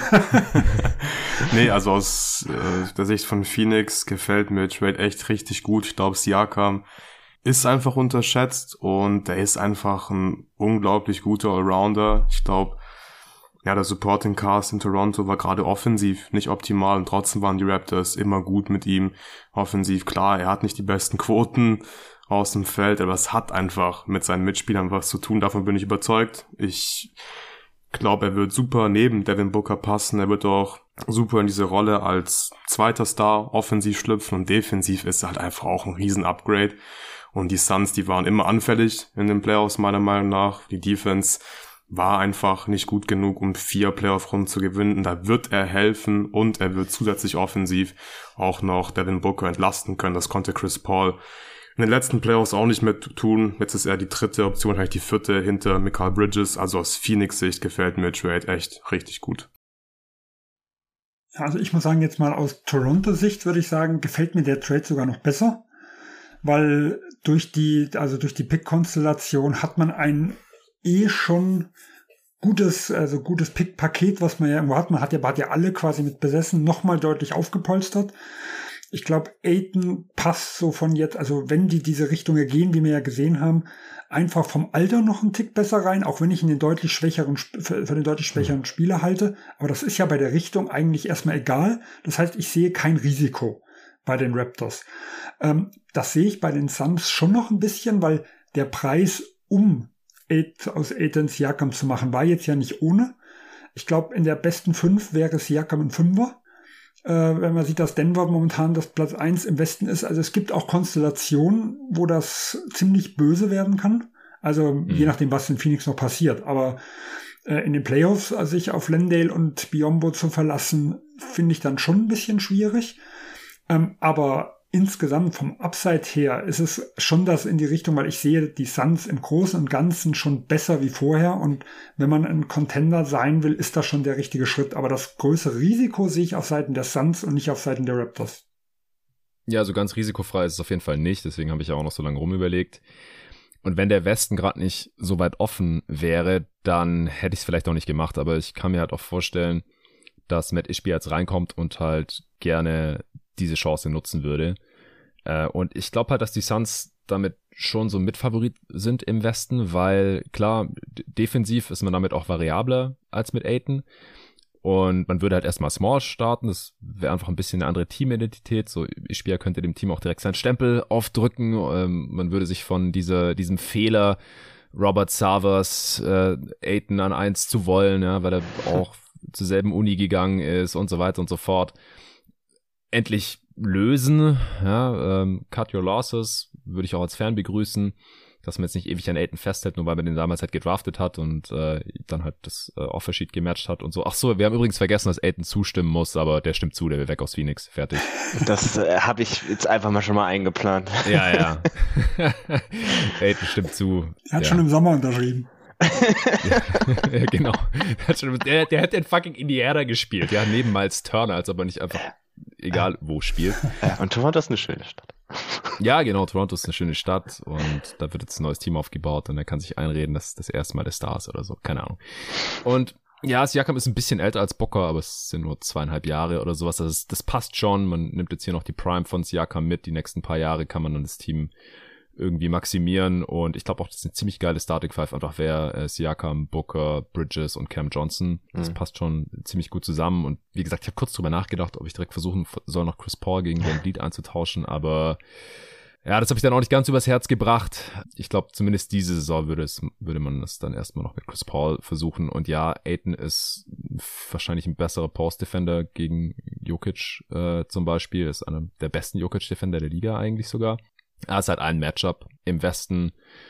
Nee, also aus der Sicht von Phoenix gefällt mir Trade echt richtig gut. Ich glaube, Siakam ist einfach unterschätzt und er ist einfach ein unglaublich guter Allrounder. Ich glaube, ja, der Supporting Cast in Toronto war gerade offensiv nicht optimal und trotzdem waren die Raptors immer gut mit ihm. Offensiv, klar, er hat nicht die besten Quoten aus dem Feld, aber es hat einfach mit seinen Mitspielern was zu tun. Davon bin ich überzeugt. Ich glaube, er wird super neben Devin Booker passen. Er wird auch super in diese Rolle als zweiter Star offensiv schlüpfen und defensiv ist er halt einfach auch ein Riesen-Upgrade. Und die Suns, die waren immer anfällig in den Playoffs, meiner Meinung nach. Die Defense war einfach nicht gut genug, um 4 Playoff-Runden zu gewinnen. Da wird er helfen und er wird zusätzlich offensiv auch noch Devin Booker entlasten können. Das konnte Chris Paul in den letzten Playoffs auch nicht mehr tun. Jetzt ist er die 3. Option, wahrscheinlich die 4. hinter Mikal Bridges. Also aus Phoenix-Sicht gefällt mir Trade echt richtig gut. Also ich muss sagen, jetzt mal aus Toronto-Sicht würde ich sagen, gefällt mir der Trade sogar noch besser. Weil durch die Pick-Konstellation hat man ein schon gutes Pick-Paket, was man ja irgendwo hat. Man hat ja alle quasi mit besessen, nochmal deutlich aufgepolstert. Ich glaube, Ayton passt so von jetzt, also wenn die diese Richtung gehen, wie wir ja gesehen haben, einfach vom Alter noch einen Tick besser rein, auch wenn ich ihn für den deutlich schwächeren Spieler halte. Aber das ist ja bei der Richtung eigentlich erstmal egal. Das heißt, ich sehe kein Risiko bei den Raptors. Das sehe ich bei den Suns schon noch ein bisschen, weil der Preis, um aus Ayton Siakam zu machen, war jetzt ja nicht ohne. Ich glaube, in der besten 5 wäre Siakam ein 5er. Wenn man sieht, dass Denver momentan das Platz 1 im Westen ist. Also es gibt auch Konstellationen, wo das ziemlich böse werden kann. Also je nachdem, was in Phoenix noch passiert. Aber in den Playoffs sich auf Landale und Biyombo zu verlassen, finde ich dann schon ein bisschen schwierig. Aber insgesamt vom Upside her ist es schon das in die Richtung, weil ich sehe die Suns im Großen und Ganzen schon besser wie vorher. Und wenn man ein Contender sein will, ist das schon der richtige Schritt. Aber das größere Risiko sehe ich auf Seiten der Suns und nicht auf Seiten der Raptors. Ja, also ganz risikofrei ist es auf jeden Fall nicht. Deswegen habe ich ja auch noch so lange rumüberlegt. Und wenn der Westen gerade nicht so weit offen wäre, dann hätte ich es vielleicht auch nicht gemacht. Aber ich kann mir halt auch vorstellen, dass Matt Ishbia jetzt reinkommt und halt gerne diese Chance nutzen würde. Und ich glaube halt, dass die Suns damit schon so Mitfavorit sind im Westen, weil klar, defensiv ist man damit auch variabler als mit Ayton. Und man würde halt erstmal small starten, das wäre einfach ein bisschen eine andere Teamidentität. So, Ishbia könnte dem Team auch direkt seinen Stempel aufdrücken. Man würde sich von diesem Fehler, Robert Savers, Ayton an 1 zu wollen, ja, weil er auch zur selben Uni gegangen ist und so weiter und so fort, endlich lösen. Ja, cut your losses, würde ich auch als Fan begrüßen, dass man jetzt nicht ewig an Ayton festhält, nur weil man den damals halt gedraftet hat und dann halt das Offersheet gematcht hat und so. Ach so, wir haben übrigens vergessen, dass Ayton zustimmen muss, aber der stimmt zu, der will weg aus Phoenix. Fertig. Das habe ich jetzt einfach mal schon mal eingeplant. Ja. Ayton stimmt zu. Er hat schon im Sommer unterschrieben. Ja, genau. Der hat in fucking Indiana gespielt, ja, neben Miles Turner, als aber nicht einfach egal wo spielt. Ja, und Toronto ist eine schöne Stadt. Ja, genau, Toronto ist eine schöne Stadt und da wird jetzt ein neues Team aufgebaut und er kann sich einreden, dass das erste Mal der Star ist oder so, keine Ahnung. Und ja, Siakam ist ein bisschen älter als Booker, aber es sind nur 2,5 Jahre oder sowas, das passt schon, man nimmt jetzt hier noch die Prime von Siakam mit, die nächsten paar Jahre kann man dann das Team irgendwie maximieren und ich glaube auch, das ist eine ziemlich geile Starting Five, einfach wäre Siakam, Booker, Bridges und Cam Johnson. Das passt schon ziemlich gut zusammen und wie gesagt, ich habe kurz drüber nachgedacht, ob ich direkt versuchen soll, noch Chris Paul gegen Van Vliet einzutauschen, aber ja, das habe ich dann auch nicht ganz übers Herz gebracht. Ich glaube, zumindest diese Saison würde man das dann erstmal noch mit Chris Paul versuchen und ja, Ayton ist wahrscheinlich ein besserer Post-Defender gegen Jokic zum Beispiel, ist einer der besten Jokic-Defender der Liga eigentlich sogar. Er ist halt ein Matchup im Westen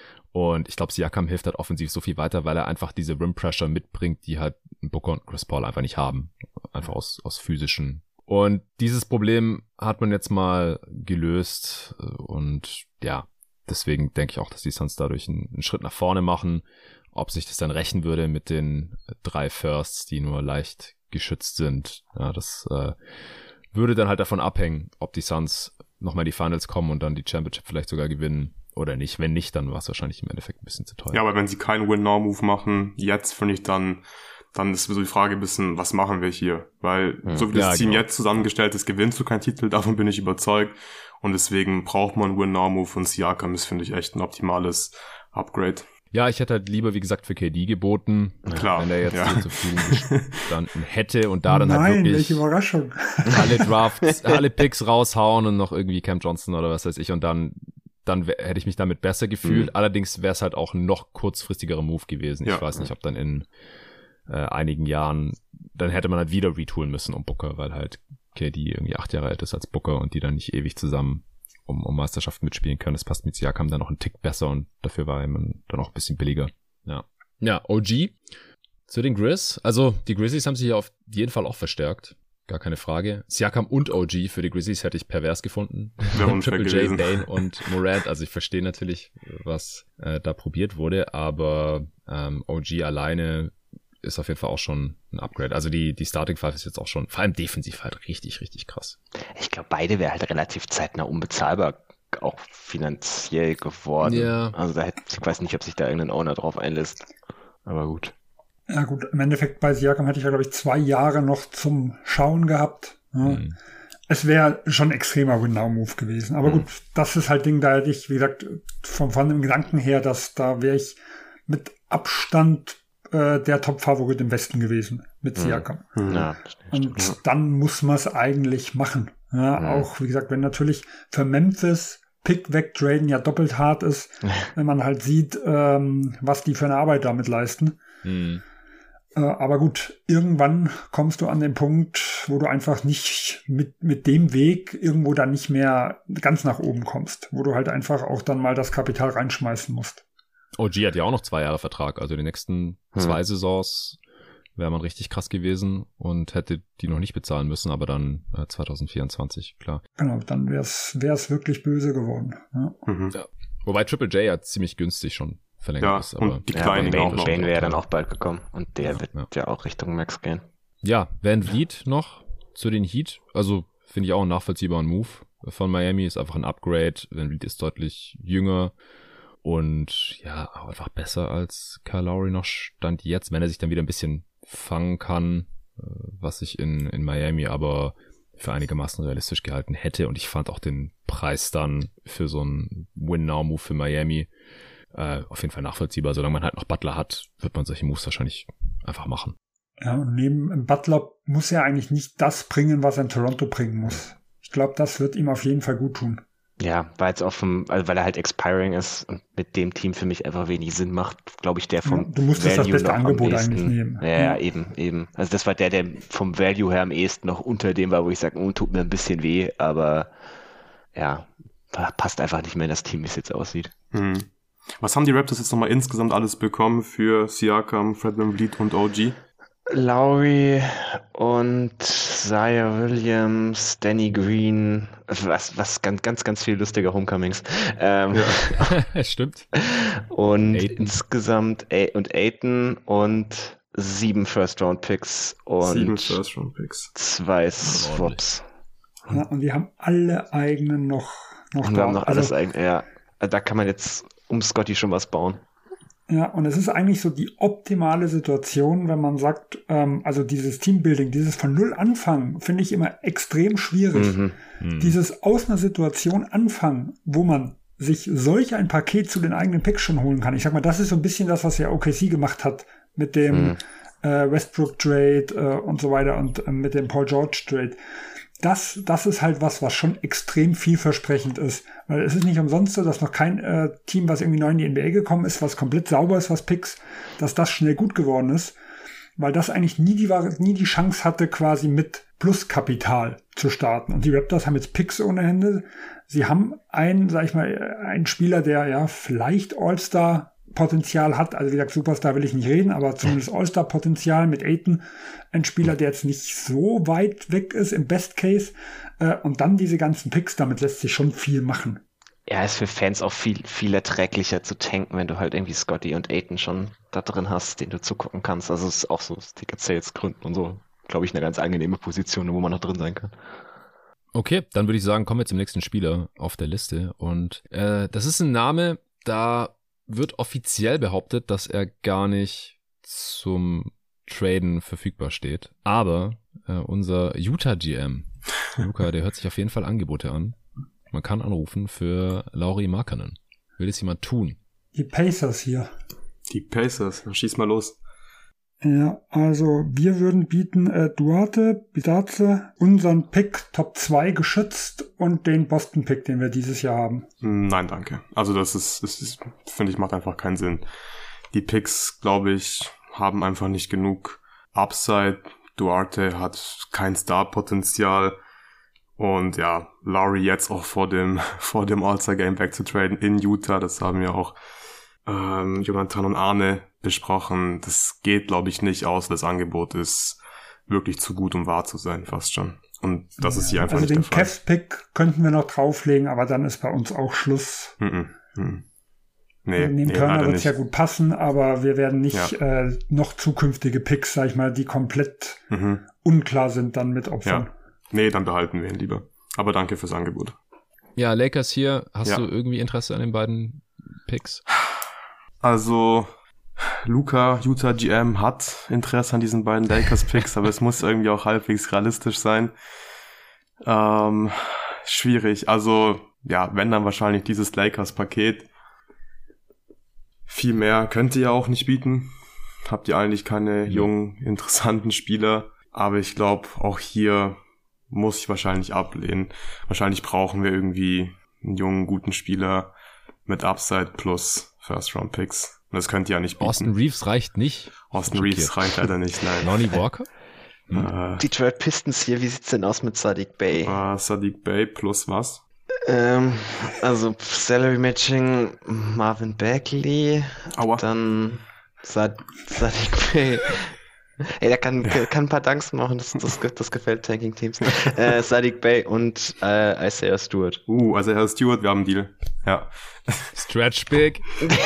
und ich glaube, Siakam hilft halt offensiv so viel weiter, weil er einfach diese Rim-Pressure mitbringt, die halt Booker und Chris Paul einfach nicht haben. Einfach aus physischen. Und dieses Problem hat man jetzt mal gelöst und ja, deswegen denke ich auch, dass die Suns dadurch einen Schritt nach vorne machen. Ob sich das dann rächen würde mit den 3 Firsts, die nur leicht geschützt sind, ja, das würde dann halt davon abhängen, ob die Suns nochmal in die Finals kommen und dann die Championship vielleicht sogar gewinnen oder nicht. Wenn nicht, dann war es wahrscheinlich im Endeffekt ein bisschen zu teuer. Ja, aber wenn sie keinen Win-Now-Move machen, jetzt finde ich dann ist so die Frage ein bisschen, was machen wir hier? Weil so wie das Team jetzt zusammengestellt ist, gewinnst du keinen Titel, davon bin ich überzeugt. Und deswegen braucht man einen Win-Now-Move und Siakam ist, finde ich, echt ein optimales Upgrade. Ja, ich hätte halt lieber, wie gesagt, für KD geboten, klar, wenn er jetzt zur Verfügung gestanden hätte und da dann halt wirklich welche Überraschung. alle Drafts, alle Picks raushauen und noch irgendwie Cam Johnson oder was weiß ich und dann hätte ich mich damit besser gefühlt. Allerdings wäre es halt auch ein noch kurzfristigerer Move gewesen. Ich weiß nicht, ob dann in einigen Jahren, dann hätte man halt wieder retoolen müssen um Booker, weil halt KD irgendwie 8 Jahre älter ist als Booker und die dann nicht ewig zusammen um Meisterschaften mitspielen können. Das passt mit Siakam dann noch einen Tick besser und dafür war er dann auch ein bisschen billiger. Ja, OG zu den Grizz. Also die Grizzlies haben sich hier auf jeden Fall auch verstärkt. Gar keine Frage. Siakam und OG für die Grizzlies hätte ich pervers gefunden. Triple J, Bane und Morant. Also ich verstehe natürlich, was da probiert wurde, aber OG alleine ist auf jeden Fall auch schon ein Upgrade. Also die Starting Five ist jetzt auch schon, vor allem defensiv halt richtig, richtig krass. Ich glaube, beide wäre halt relativ zeitnah unbezahlbar, auch finanziell geworden. Ja. Also ich weiß nicht, ob sich da irgendein Owner drauf einlässt. Aber gut. Ja gut, im Endeffekt bei Siakam hätte ich ja, glaube ich, 2 Jahre noch zum Schauen gehabt. Ja. Es wäre schon ein extremer Win-Now-Move gewesen. Aber gut, das ist halt Ding, da hätte ich, wie gesagt, von dem Gedanken her, dass da wäre ich mit Abstand der Top-Favorit im Westen gewesen mit Siakam. Ja, und dann muss man es eigentlich machen. Ja, auch, wie gesagt, wenn natürlich für Memphis Pick wegtraden ja doppelt hart ist, wenn man halt sieht, was die für eine Arbeit damit leisten. Aber gut, irgendwann kommst du an den Punkt, wo du einfach nicht mit dem Weg irgendwo dann nicht mehr ganz nach oben kommst, wo du halt einfach auch dann mal das Kapital reinschmeißen musst. OG hat ja auch noch 2 Jahre Vertrag, also die nächsten 2 Saisons wäre man richtig krass gewesen und hätte die noch nicht bezahlen müssen, aber dann 2024, klar. Genau, dann wär's wirklich böse geworden. Ja. Ja. Wobei Triple J ja ziemlich günstig schon verlängert ist. Aber und die Kleinen auch noch. Bane wäre dann auch bald gekommen und der wird ja auch Richtung Max gehen. Ja, Van Vliet noch zu den Heat, also finde ich auch einen nachvollziehbaren Move von Miami, ist einfach ein Upgrade. Van Vliet ist deutlich jünger. Und ja, auch einfach besser als Kyle Lowry noch stand jetzt, wenn er sich dann wieder ein bisschen fangen kann, was ich in Miami aber für einigermaßen realistisch gehalten hätte. Und ich fand auch den Preis dann für so einen Win-Now-Move für Miami auf jeden Fall nachvollziehbar. Solange man halt noch Butler hat, wird man solche Moves wahrscheinlich einfach machen. Ja, und neben Butler muss er eigentlich nicht das bringen, was er in Toronto bringen muss. Ich glaube, das wird ihm auf jeden Fall gut tun. Ja, weil er halt expiring ist und mit dem Team für mich einfach wenig Sinn macht, glaube ich, der vom du musstest Value das beste noch am Angebot ehesten, eigentlich nehmen. Ja, eben. Also das war der vom Value her am ehesten noch unter dem war, wo ich sage, tut mir ein bisschen weh, aber ja, passt einfach nicht mehr in das Team, wie es jetzt aussieht. Was haben die Raptors jetzt nochmal insgesamt alles bekommen für Siakam, Fred VanVleet und OG? Lowry und Zion Williams, Danny Green, was ganz viele lustige Homecomings. Stimmt. Und Ayton. insgesamt Ayton und 7 First-Round-Picks und 7 First-Round-Picks. 2 Swaps. Ja, und wir haben alle eigenen noch Und wir da. haben noch alles eigen. Ja, da kann man jetzt um Scotty schon was bauen. Ja, und es ist eigentlich so die optimale Situation, wenn man sagt, also dieses Teambuilding, dieses von Null anfangen, finde ich immer extrem schwierig. Dieses aus einer Situation anfangen, wo man sich solch ein Paket zu den eigenen Picks schon holen kann. Ich sag mal, das ist so ein bisschen das, was ja OKC gemacht hat mit dem Westbrook-Trade und so weiter und mit dem Paul George-Trade. Das ist halt was schon extrem vielversprechend ist. Weil es ist nicht umsonst so, dass noch kein Team, was irgendwie neu in die NBA gekommen ist, was komplett sauber ist, was Picks, dass das schnell gut geworden ist. Weil das eigentlich nie die Chance hatte, quasi mit Pluskapital zu starten. Und die Raptors haben jetzt Picks ohne Hände. Sie haben einen Spieler, der ja vielleicht All-Star-Potenzial hat. Also wie gesagt, Superstar will ich nicht reden, aber zumindest All-Star-Potenzial mit Ayton. Ein Spieler, der jetzt nicht so weit weg ist im Best Case. Und dann diese ganzen Picks, damit lässt sich schon viel machen. Ja, ist für Fans auch viel erträglicher zu tanken, wenn du halt irgendwie Scotty und Ayton schon da drin hast, den du zugucken kannst. Also es ist auch so aus Ticket-Sales-Gründen und so, glaube ich, eine ganz angenehme Position, wo man noch drin sein kann. Okay, dann würde ich sagen, kommen wir zum nächsten Spieler auf der Liste. Und das ist ein Name, da wird offiziell behauptet, dass er gar nicht zum Traden verfügbar steht. Aber unser Utah-GM, Luca, der hört sich auf jeden Fall Angebote an. Man kann anrufen für Lauri Markkanen. Will es jemand tun? Die Pacers hier. Die Pacers, dann schieß mal los. Ja, also wir würden bieten Duarte, Bidace, unseren Pick Top 2 geschützt und den Boston-Pick, den wir dieses Jahr haben. Nein, danke. Also das ist, finde ich, macht einfach keinen Sinn. Die Picks, glaube ich, haben einfach nicht genug Upside. Duarte hat kein Star-Potenzial. Und ja, Lowry jetzt auch vor dem All-Star-Game wegzutraden in Utah, das haben ja auch Jonathan und Arne besprochen. Das geht, glaube ich, nicht aus. Das Angebot ist wirklich zu gut, um wahr zu sein, fast schon. Und das ist hier einfach nicht der Fall. Also den Cavs-Pick könnten wir noch drauflegen, aber dann ist bei uns auch Schluss. Neben Turner wird es ja gut passen, aber wir werden nicht noch zukünftige Picks, sag ich mal, die komplett unklar sind, dann mit Opfern. Ja. Nee, dann behalten wir ihn lieber. Aber danke fürs Angebot. Ja, Lakers hier. Hast du irgendwie Interesse an den beiden Picks? Also, Luca, Utah GM, hat Interesse an diesen beiden Lakers-Picks, aber es muss irgendwie auch halbwegs realistisch sein. Schwierig. Also, ja, wenn dann wahrscheinlich dieses Lakers-Paket. Viel mehr könnt ihr ja auch nicht bieten. Habt ihr eigentlich keine jungen, interessanten Spieler. Aber ich glaube, auch hier muss ich wahrscheinlich ablehnen. Wahrscheinlich brauchen wir irgendwie einen jungen, guten Spieler mit Upside plus First-Round-Picks. Und das könnt ihr ja nicht bieten. Austin Reeves reicht nicht. Austin Reeves reicht leider nicht, nein. Lonnie Walker? Detroit Pistons hier, wie sieht's denn aus mit Sadiq Bey? Sadiq Bey plus was? Also Salary Matching Marvin Bagley, Aua. dann Sadiq Bey. Ey, der kann ein paar Dunks machen, das gefällt Tanking-Teams. Sadiq Bey und Isaiah Stewart. Isaiah Stewart, wir haben einen Deal. Ja. Stretch Big.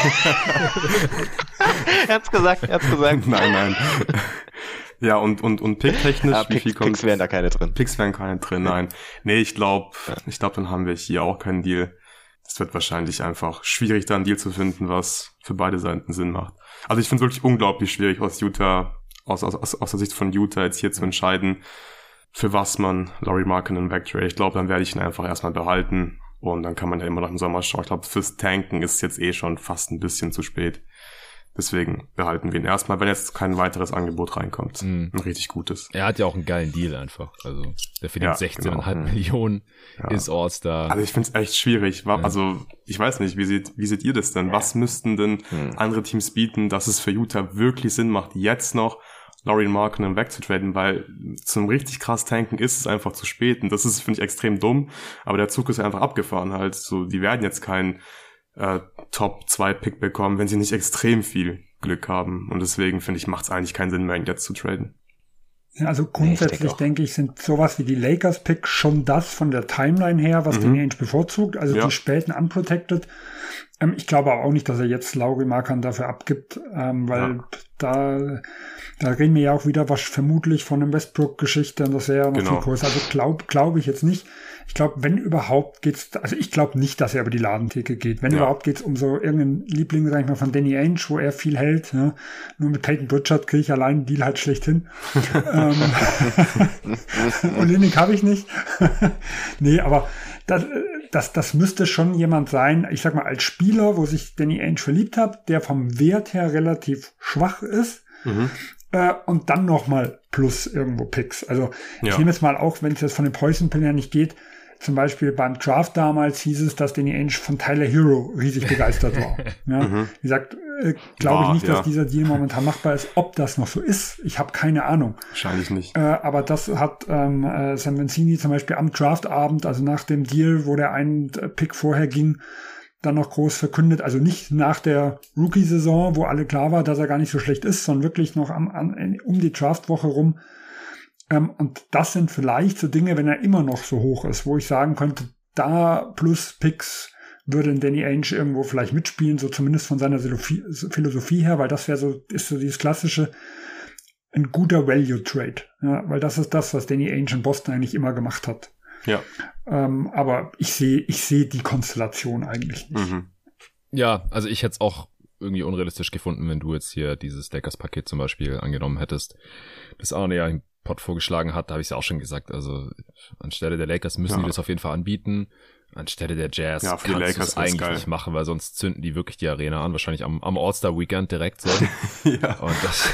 Er hat's gesagt. Nein. Ja, und Pick-technisch, wie viel kommt? Picks wären da keine drin. Picks wären keine drin, nein. Nee, ich glaube, dann haben wir hier auch keinen Deal. Es wird wahrscheinlich einfach schwierig, da einen Deal zu finden, was für beide Seiten Sinn macht. Also ich finde es wirklich unglaublich schwierig aus der Sicht von Utah jetzt hier zu entscheiden, für was man Lauri Markkanen wegtradet. Ich glaube, dann werde ich ihn einfach erstmal behalten und dann kann man ja immer noch im Sommer schauen. Ich glaube, fürs Tanken ist jetzt schon fast ein bisschen zu spät. Deswegen behalten wir ihn erstmal, wenn jetzt kein weiteres Angebot reinkommt. Ein richtig gutes. Er hat ja auch einen geilen Deal einfach. Also der verdient 16,5 Millionen, ist All-Star. Also ich finde es echt schwierig. Also ich weiß nicht, wie seht ihr das denn? Was müssten denn andere Teams bieten, dass es für Utah wirklich Sinn macht, jetzt noch Lauri Markkanen wegzutraden, weil zum richtig krass tanken ist es einfach zu spät. Und das ist, finde ich, extrem dumm. Aber der Zug ist ja einfach abgefahren halt. So, die werden jetzt keinen Top-2-Pick bekommen, wenn sie nicht extrem viel Glück haben. Und deswegen, finde ich, macht es eigentlich keinen Sinn mehr, ihn jetzt zu traden. Ja, also grundsätzlich denke ich, sind sowas wie die Lakers-Pick schon das von der Timeline her, was Danny Ainge bevorzugt. Also die späten Unprotected. Ich glaube aber auch nicht, dass er jetzt Lauri Markkanen dafür abgibt, weil da reden wir ja auch wieder was vermutlich von einem Westbrook-Geschichte und das wäre noch viel größer. Also glaube ich jetzt nicht. Ich glaube, wenn überhaupt geht's, also ich glaube nicht, dass er über die Ladentheke geht. Wenn überhaupt geht's um so irgendeinen Liebling, sag ich mal, von Danny Ainge, wo er viel hält. Ja. Nur mit Peyton Pritchard kriege ich allein einen Deal halt schlecht hin. Olynyk habe ich nicht. Nee, aber das müsste schon jemand sein, ich sag mal, als Spieler, wo sich Danny Ainge verliebt hat, der vom Wert her relativ schwach ist. Und dann nochmal plus irgendwo Picks. Also ich nehme jetzt mal auch, wenn es jetzt von den Preußen-Pillen her nicht geht, zum Beispiel beim Draft damals hieß es, dass Danny Ainge von Tyler Hero riesig begeistert war. Ja, wie gesagt, glaube ich nicht, dass dieser Deal momentan machbar ist. Ob das noch so ist, ich habe keine Ahnung. Wahrscheinlich nicht. Aber das hat Sam Mancini zum Beispiel am Draftabend, also nach dem Deal, wo der einen Pick vorher ging, dann noch groß verkündet, also nicht nach der Rookie-Saison, wo alle klar war, dass er gar nicht so schlecht ist, sondern wirklich noch um die Draftwoche rum. Und das sind vielleicht so Dinge, wenn er immer noch so hoch ist, wo ich sagen könnte, da plus Picks würde Danny Ainge irgendwo vielleicht mitspielen, so zumindest von seiner Philosophie her, weil das ist so dieses klassische, ein guter Value-Trade. Ja, weil das ist das, was Danny Ainge in Boston eigentlich immer gemacht hat. Ja. Aber ich sehe die Konstellation eigentlich nicht. Ja, also ich hätte es auch irgendwie unrealistisch gefunden, wenn du jetzt hier dieses Lakers-Paket zum Beispiel angenommen hättest, das Arne ja im Pod vorgeschlagen hat, da habe ich es ja auch schon gesagt, also anstelle der Lakers müssen die das auf jeden Fall anbieten, anstelle der Jazz kannst du es eigentlich nicht machen, weil sonst zünden die wirklich die Arena an, wahrscheinlich am All-Star-Weekend direkt so. Und das,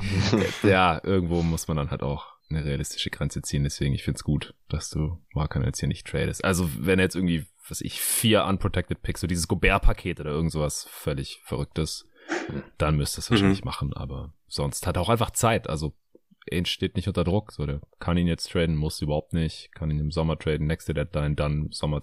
ja, irgendwo muss man dann halt auch eine realistische Grenze ziehen, deswegen ich find's gut, dass du Markkanen jetzt hier nicht tradest. Also wenn er jetzt irgendwie, 4 unprotected Picks, so dieses Gobert-Paket oder irgend sowas völlig Verrücktes, dann müsste es wahrscheinlich machen, aber sonst hat er auch einfach Zeit, also Ainge steht nicht unter Druck, so der kann ihn jetzt traden, muss überhaupt nicht, kann ihn im Sommer traden, nächste Deadline, dann Sommer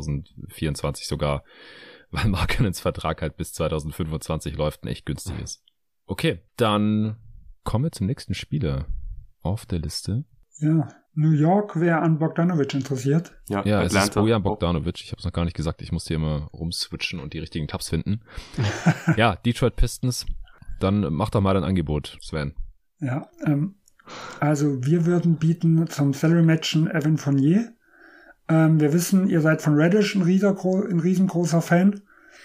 2024 sogar, weil Markkanens Vertrag halt bis 2025 läuft und echt günstig ist. Okay, dann kommen wir zum nächsten Spieler auf der Liste. Ja, New York wäre an Bogdanovic interessiert. Ja, es ist Bojan Bogdanovic. Ich habe es noch gar nicht gesagt. Ich musste hier immer rumswitchen und die richtigen Tabs finden. Ja, Detroit Pistons. Dann mach doch mal ein Angebot, Sven. Ja, also wir würden bieten zum Salary-Matchen Evan Fournier. Wir wissen, ihr seid von Reddish ein riesengroßer Fan.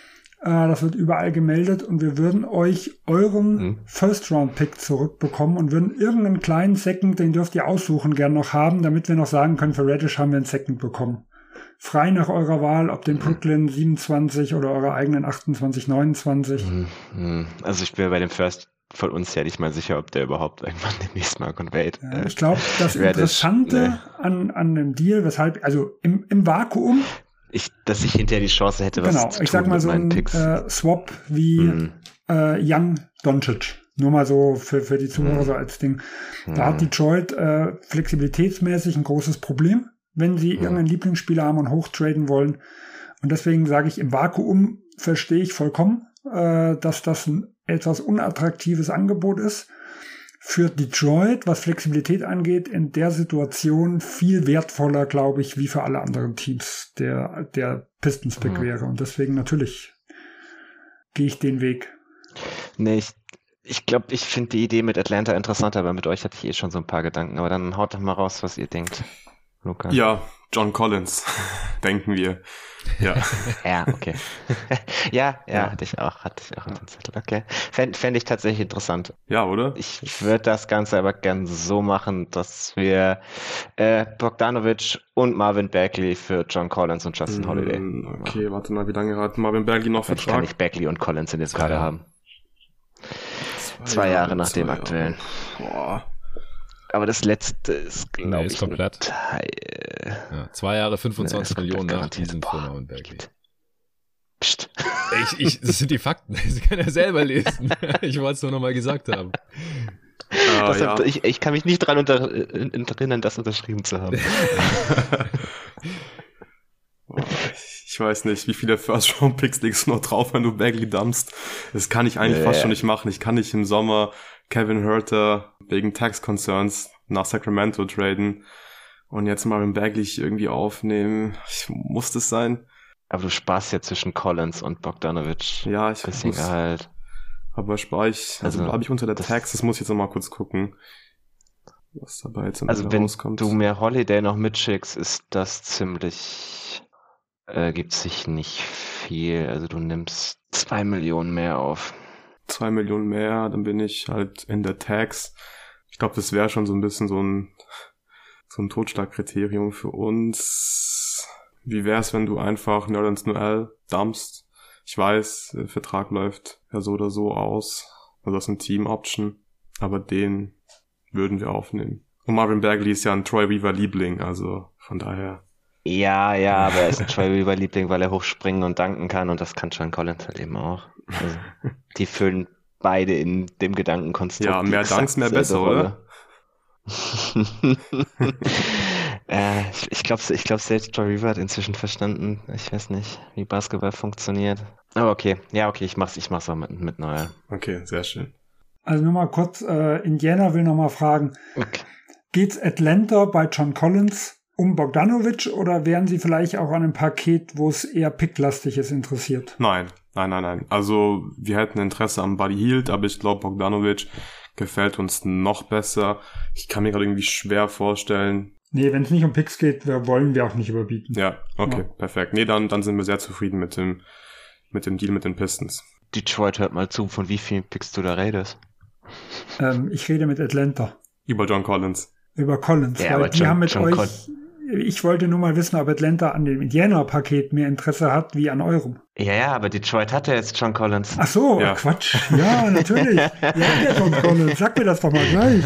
Das wird überall gemeldet und wir würden euch euren First-Round-Pick zurückbekommen und würden irgendeinen kleinen Second, den dürft ihr aussuchen, gern noch haben, damit wir noch sagen können, für Reddish haben wir einen Second bekommen. Frei nach eurer Wahl, ob den Brooklyn 27 oder eurer eigenen 28, 29. Also ich bin bei dem First von uns ja nicht mal sicher, ob der überhaupt irgendwann demnächst mal Wade. Ja, ich glaube, das Interessante an dem Deal, weshalb, also im Vakuum, dass ich hinterher die Chance hätte, was zu tun ich sag mal so ein Swap wie Young Doncic. Nur mal so für die Zuhörer so als Ding. Da hat Detroit flexibilitätsmäßig ein großes Problem, wenn sie irgendeinen Lieblingsspieler haben und hochtraden wollen. Und deswegen sage ich, im Vakuum verstehe ich vollkommen, dass das ein etwas unattraktives Angebot ist. Für Detroit, was Flexibilität angeht, in der Situation viel wertvoller, glaube ich, wie für alle anderen Teams der Pistons-Pick wäre. Und deswegen natürlich gehe ich den Weg. Nee, ich glaube, ich finde die Idee mit Atlanta interessanter, aber mit euch hatte ich schon so ein paar Gedanken. Aber dann haut doch mal raus, was ihr denkt, Luca. Ja, John Collins, denken wir. Ja. Ja, okay. ja, hatte ich auch auf dem Zettel. Okay. Fände ich tatsächlich interessant. Ja, oder? Ich würde das Ganze aber gern so machen, dass wir Bogdanovic und Marvin Bagley für John Collins und Justin Holiday. Okay, warte mal, wie lange hat Marvin Bagley noch Vertrag? Ich kann nicht Bagley und Collins in dem Kader haben. 2 Jahre nach dem aktuellen. Boah. Aber das letzte ist, glaube ich, komplett. Ja, 2 Jahre, 25 Millionen nach diesem für Marvin Bagley. Psst. Das sind die Fakten. Das kann er selber lesen. Ich wollte es nur nochmal gesagt haben. Ich kann mich nicht daran erinnern, das unterschrieben zu haben. Ich weiß nicht, wie viele First-Round-Picks legst du noch drauf, wenn du Bagley dumpst. Das kann ich eigentlich fast schon nicht machen. Ich kann nicht im Sommer Kevin Huerter wegen Tax-Concerns nach Sacramento traden und jetzt Marvin Bagley irgendwie aufnehmen. Muss das sein? Aber du sparst ja zwischen Collins und Bogdanovic. Ja, ich bisschen Gehalt. Aber spare ich, also bleibe ich unter der Tax, das muss ich jetzt nochmal kurz gucken, was dabei jetzt wenn rauskommt. Du mehr Holiday noch mitschickst, ist das ziemlich, gibt sich nicht viel. Also du nimmst 2 Millionen mehr auf. 2 Millionen mehr, dann bin ich halt in der Tax. Ich glaube, das wäre schon so ein bisschen so ein Totschlagkriterium für uns. Wie wär's, wenn du einfach Nerlens Noel dumpst? Ich weiß, der Vertrag läuft ja so oder so aus. Also das ist ein Team-Option. Aber den würden wir aufnehmen. Und Marvin Bagley ist ja ein Troy Weaver-Liebling, also von daher. Ja, aber er ist ein Troy Weaver-Liebling, weil er hochspringen und danken kann und das kann John Collins halt eben auch. Also, die füllen beide in dem Gedankenkonstrukt. Ja, mehr Danks, mehr besser, oder? Ich glaube, selbst Troy Weaver hat inzwischen verstanden. Ich weiß nicht, wie Basketball funktioniert. Aber okay, ich mach's auch mit Neuer. Okay, sehr schön. Also nur mal kurz, Indiana will noch mal fragen, geht's Atlanta bei John Collins um Bogdanovic oder wären sie vielleicht auch an einem Paket, wo es eher picklastig ist, interessiert? Nein. Also wir hätten Interesse am Buddy Hield, aber ich glaube, Bogdanovic gefällt uns noch besser. Ich kann mir gerade irgendwie schwer vorstellen. Nee, wenn es nicht um Picks geht, wollen wir auch nicht überbieten. Ja, okay, perfekt. Nee, dann sind wir sehr zufrieden mit dem Deal mit den Pistons. Detroit, hört mal zu, von wie vielen Picks du da redest. Ich rede mit Atlanta. Über John Collins. Über Collins, ja, weil die haben mit euch... Ich wollte nur mal wissen, ob Atlanta an dem Indiana-Paket mehr Interesse hat wie an eurem. Ja, aber Detroit hat ja jetzt John Collins. Ach so, ja. Quatsch. Ja, natürlich. Ja, der John Collins. Sag mir das doch mal gleich.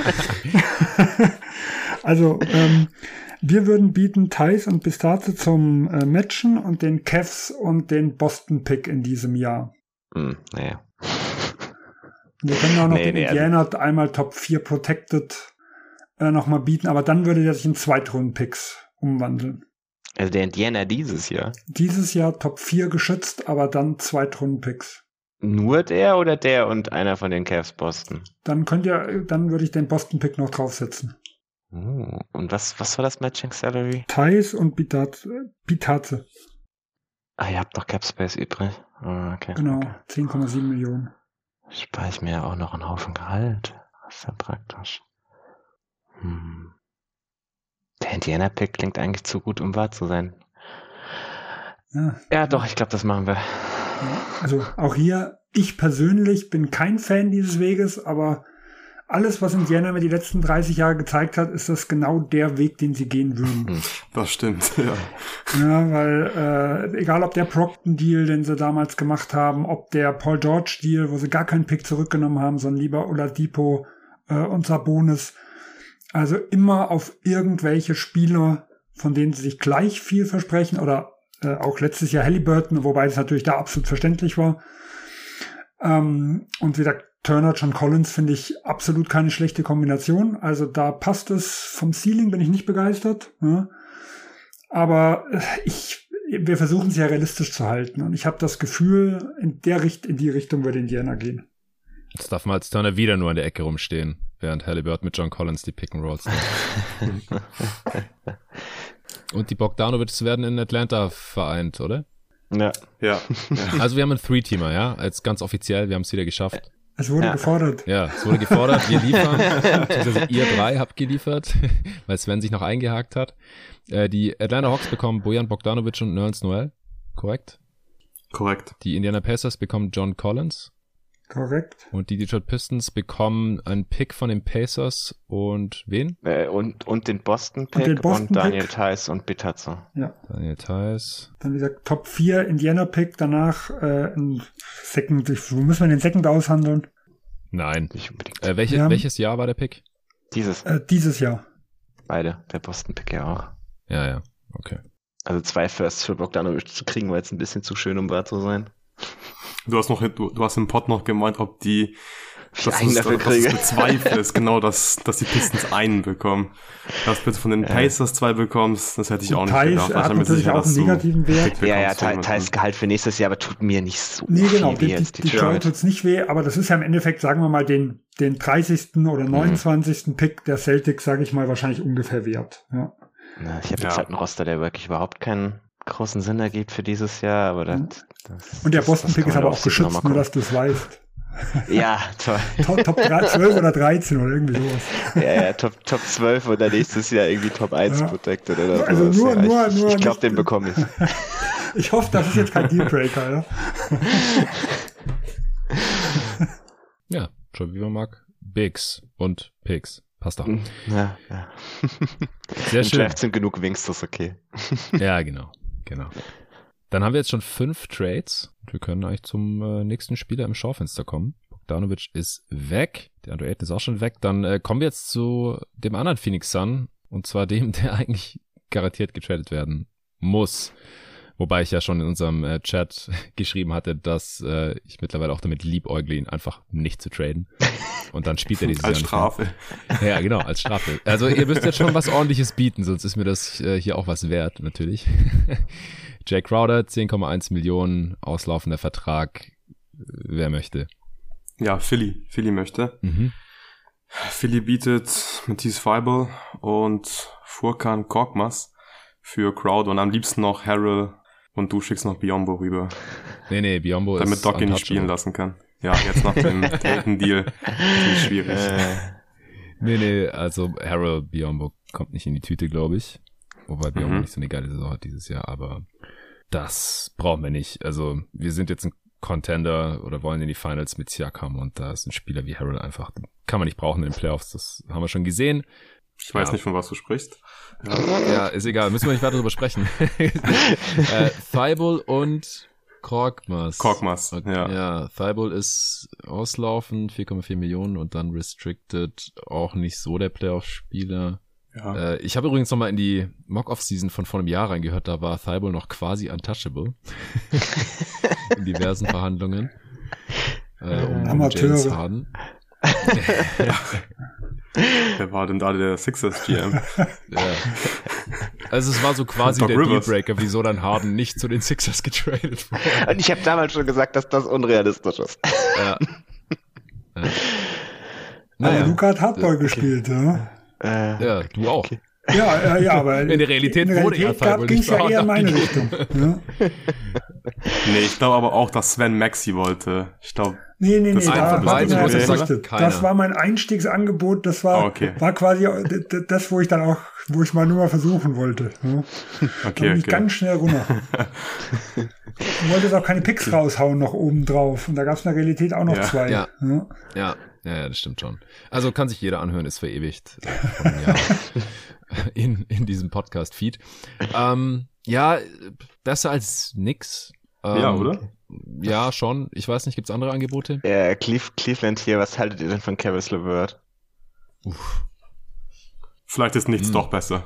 Also, wir würden bieten Thais und Pistaze zum Matchen und den Cavs und den Boston-Pick in diesem Jahr. Naja. Wir können auch noch den Indiana einmal Top 4 Protected nochmal bieten, aber dann würde der sich in Zweitrunden-Picks umwandeln. Also der Indiana dieses Jahr? Dieses Jahr Top 4 geschützt, aber dann Zweitrunden-Picks. Nur der oder der und einer von den Cavs Boston? Dann würde ich den Boston-Pick noch draufsetzen. Und was war das Matching Salary? Thais und Pistaze. Ihr habt noch Cap Space übrig. Okay. Genau, okay. 10,7 Millionen. Spare ich mir ja auch noch einen Haufen Gehalt. Das ist ja praktisch. Der Indiana-Pick klingt eigentlich zu gut, um wahr zu sein. Ja, doch, ich glaube, das machen wir. Ja, also auch hier, ich persönlich bin kein Fan dieses Weges, aber alles, was Indiana mir die letzten 30 Jahre gezeigt hat, ist das genau der Weg, den sie gehen würden. Das stimmt, ja. Ja, weil egal ob der Procton-Deal, den sie damals gemacht haben, ob der Paul George-Deal, wo sie gar keinen Pick zurückgenommen haben, sondern lieber Oladipo und Sabonis, also immer auf irgendwelche Spieler, von denen sie sich gleich viel versprechen, oder auch letztes Jahr Halliburton, wobei das natürlich da absolut verständlich war. Und wie gesagt, Turner, John Collins finde ich absolut keine schlechte Kombination. Also da passt es. Vom Ceiling bin ich nicht begeistert. Ja. Aber wir versuchen es ja realistisch zu halten. Und ich habe das Gefühl, in die Richtung würde Indiana gehen. Jetzt darf Miles Turner wieder nur an der Ecke rumstehen, während Halliburton mit John Collins die Pick-and-Rolls nimmt. Und die Bogdanovics werden in Atlanta vereint, oder? Ja. Also wir haben einen Three-Teamer, ja, als ganz offiziell, wir haben es wieder geschafft. Es wurde gefordert. Ja, es wurde gefordert, wir liefern. Also ihr 3 habt geliefert, weil Sven sich noch eingehakt hat. Die Atlanta Hawks bekommen Bojan Bogdanovic und Nerlens Noel, korrekt? Korrekt. Die Indiana Pacers bekommen John Collins. Korrekt. Und die Detroit Pistons bekommen einen Pick von den Pacers und wen? Und den Boston-Pick und Daniel Theiss und Pistaze. Ja. Daniel Theiss. Dann wie gesagt Top 4 Indiana-Pick, danach ein Second. Wo müssen wir den Second aushandeln? Nein. Nicht unbedingt. Welches Jahr war der Pick? Dieses Jahr. Beide. Der Boston-Pick ja auch. Ja, okay. Also 2 Firsts für Bogdanovic zu kriegen, war jetzt ein bisschen zu schön, um wahr zu sein. Du hast im Pod noch gemeint, ob die einen dafür kriege. Das bezweifelst, genau, dass die Pistons einen bekommen. Dass du bitte von den Pacers 2 bekommst, das hätte ich auch nicht gedacht. Hat natürlich auch einen negativen Wert. Ja, Thais Gehalt für nächstes Jahr, aber tut mir nicht so nee, genau, viel weh als die Detroit tut's nicht weh, aber das ist ja im Endeffekt, sagen wir mal, den 30. oder 29. Pick der Celtics, sage ich mal, wahrscheinlich ungefähr wert. Ja. Na, ich habe jetzt halt einen Roster, der wirklich überhaupt keinen großen Sinn ergibt für dieses Jahr, aber und der Boston-Pick ist aber auch geschützt, nur dass du es weißt. Ja, toll. Top 12 oder 13 oder irgendwie sowas. Ja, Top 12 oder nächstes Jahr irgendwie Top 1 protected oder so. Also nur ich glaube, den bekomme ich. Ich hoffe, das ist jetzt kein Dealbreaker, ja. Ja, schon wie man mag. Bigs und Picks. Passt doch. Ja. Sehr schön. Im Draft sind genug Wings, das ist okay. Ja, genau. Dann haben wir jetzt schon 5 Trades. Wir können eigentlich zum nächsten Spieler im Schaufenster kommen. Bogdanovic ist weg. Der Andrew Ayton ist auch schon weg. Dann kommen wir jetzt zu dem anderen Phoenix Sun. Und zwar dem, der eigentlich garantiert getradet werden muss. Wobei ich ja schon in unserem Chat geschrieben hatte, dass ich mittlerweile auch damit liebäugle, ihn einfach nicht zu traden. Und dann spielt er dieses Jahr als Strafe. Ja, genau, als Strafe. Also ihr müsst jetzt schon was Ordentliches bieten, sonst ist mir das hier auch was wert, natürlich. Jay Crowder, 10,1 Millionen, auslaufender Vertrag. Wer möchte? Ja, Philly möchte. Mhm. Philly bietet Matisse Thybulle und Furkan Korkmaz für Crowder und am liebsten noch Harrell und du schickst noch Biyombo rüber. Nee, Biyombo ist damit Doc ihn nicht spielen lassen kann. Ja, jetzt nach dem Tatum-Deal ist schwierig. Nee, also Harrell Biyombo kommt nicht in die Tüte, glaube ich. Wobei Biyombo nicht so eine geile Saison hat dieses Jahr, aber das brauchen wir nicht. Also wir sind jetzt ein Contender oder wollen in die Finals mit Siakam und da ist ein Spieler wie Harrell einfach, kann man nicht brauchen in den Playoffs, das haben wir schon gesehen. Ich weiß nicht, von was du sprichst. Ja, ist egal, müssen wir nicht weiter darüber sprechen. Thybulle und Korkmaz. Ja, Thybulle ist auslaufend, 4,4 Millionen und dann restricted, auch nicht so der Playoff-Spieler. Ja. Ich habe übrigens nochmal in die Mock-Off-Season von vor einem Jahr reingehört, da war Thybulle noch quasi untouchable. In diversen Verhandlungen. Um James Harden. Wer war denn da der Sixers GM? Ja. Also es war so quasi der Dealbreaker, wieso dann Harden nicht zu den Sixers getradet wurde. Und ich habe damals schon gesagt, dass das unrealistisch ist. Ja. Aber Luka hat Hardball gespielt, ja? Ja, du auch. Okay. Ja, aber in der Realität wurde ja Thybulle ging es ja eher in meine Richtung. Ja? Nee, ich glaube aber auch, dass Sven Maxi wollte. Ich glaube, Nee, das war mein Einstiegsangebot, das war quasi das, wo ich mal nur mal versuchen wollte. Ja. Okay. Ganz schnell runter. Ich wollte jetzt auch keine Picks raushauen noch oben drauf. Und da gab es in der Realität auch noch 2. Ja, das stimmt schon. Also kann sich jeder anhören, ist verewigt in diesem Podcast-Feed. Ja, besser als nix. Ja, oder? Ja, schon. Ich weiß nicht, gibt's andere Angebote? Cleveland hier, was haltet ihr denn von Caris LeVert? Vielleicht ist nichts doch besser.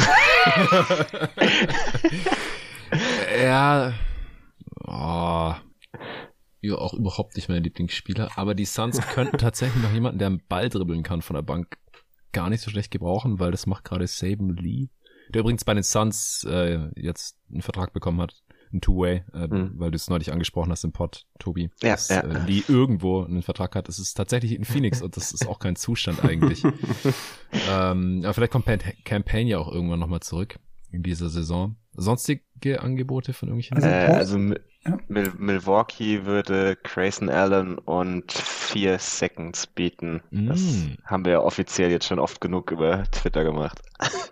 Ja. Ja, auch überhaupt nicht mein Lieblingsspieler. Aber die Suns könnten tatsächlich noch jemanden, der einen Ball dribbeln kann von der Bank, gar nicht so schlecht gebrauchen, weil das macht gerade Saben Lee, der übrigens bei den Suns jetzt einen Vertrag bekommen hat. Ein Two-Way, weil du es neulich angesprochen hast im Pod, Tobi, dass Lee irgendwo einen Vertrag hat. Es ist tatsächlich in Phoenix und das ist auch kein Zustand eigentlich. Aber vielleicht kommt Campaign ja auch irgendwann nochmal zurück in dieser Saison. Sonstige Angebote von irgendwelchen? Milwaukee würde Grayson Allen und 4 Seconds bieten. Das haben wir ja offiziell jetzt schon oft genug über Twitter gemacht.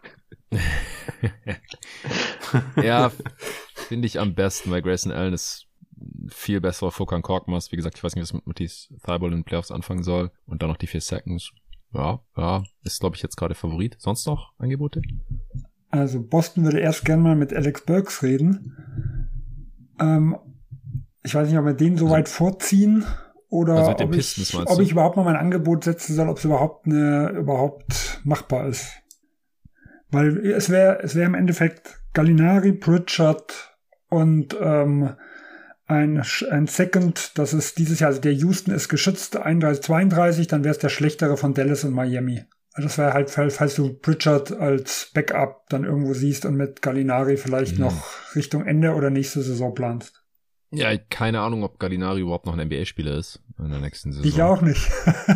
Ja, finde ich am besten, weil Grayson Allen ist viel besserer Furkan Korkmaz. Wie gesagt, ich weiß nicht, was mit Matisse Thybulle in den Playoffs anfangen soll. Und dann noch die 4 Seconds. Ja, ist, glaube ich, jetzt gerade Favorit. Sonst noch Angebote? Also Boston würde erst gerne mal mit Alex Burks reden. Ich weiß nicht, ob wir den so weit vorziehen oder also mit den ob, Pistons, ob ich überhaupt mal mein Angebot setzen soll, ob es überhaupt machbar ist. Weil es wäre im Endeffekt Gallinari, Pritchard und ein Second, das ist dieses Jahr, also der Houston ist geschützt, 31, 32, dann wäre es der schlechtere von Dallas und Miami. Also das wäre halt, falls du Pritchard als Backup dann irgendwo siehst und mit Gallinari vielleicht noch Richtung Ende oder nächste Saison planst. Ja, keine Ahnung, ob Gallinari überhaupt noch ein NBA-Spieler ist in der nächsten Saison. Ich auch nicht.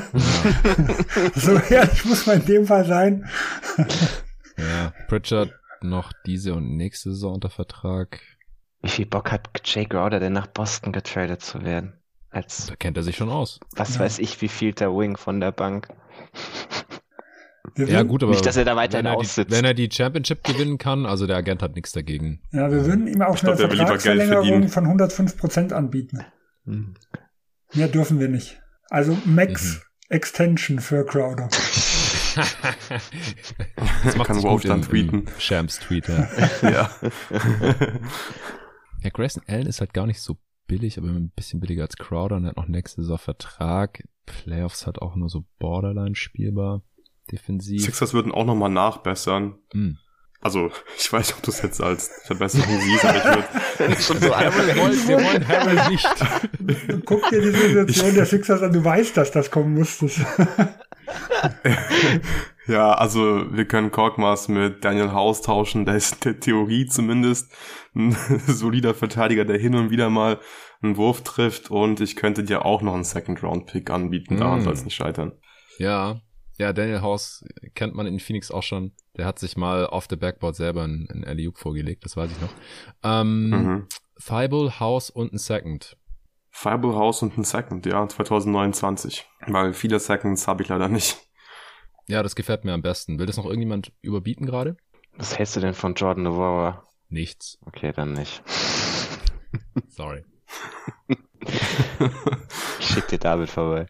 So ehrlich muss man in dem Fall sein. Ja, Pritchard noch diese und nächste Saison unter Vertrag. Wie viel Bock hat Jay Crowder denn nach Boston getradet zu werden? Da kennt er sich schon aus. Was weiß ich, wie viel der Wing von der Bank. Ja gut, aber nicht, dass er da weiterhin aussitzt. Wenn er die Championship gewinnen kann, also der Agent hat nichts dagegen. Ja, wir würden ihm auch eine Vertragsverlängerung von 105% anbieten. Mehr dürfen wir nicht. Also Max Extension für Crowder. Das macht kann sich Wolf gut dann im tweeten. Shams-Tweeter. Ja. Ja, Grayson Allen ist halt gar nicht so billig, aber ein bisschen billiger als Crowder und hat noch nächste Saison Vertrag. Playoffs hat auch nur so Borderline spielbar. Defensiv. Sixers würden auch nochmal nachbessern. Also, ich weiß nicht, ob du es jetzt als Verbesserung siehst, aber ich würde... Schon so wir wollen Harrell nicht. Guck dir die Situation der Sixers an, du weißt, dass das kommen musste. Ja, also wir können Korkmaz mit Daniel House tauschen, der ist in der Theorie zumindest ein solider Verteidiger, der hin und wieder mal einen Wurf trifft, und ich könnte dir auch noch einen Second-Round-Pick anbieten, daran soll es nicht scheitern. Ja, Daniel House kennt man in Phoenix auch schon. Der hat sich mal off the backboard selber einen Alley-Oop vorgelegt, das weiß ich noch. Thibault, House und ein Second. Thibault, House und ein Second, ja, 2029. Weil viele Seconds habe ich leider nicht. Ja, das gefällt mir am besten. Will das noch irgendjemand überbieten gerade? Was hältst du denn von Jordan Nwora? Nichts. Okay, dann nicht. Sorry. Ich schick dir David vorbei.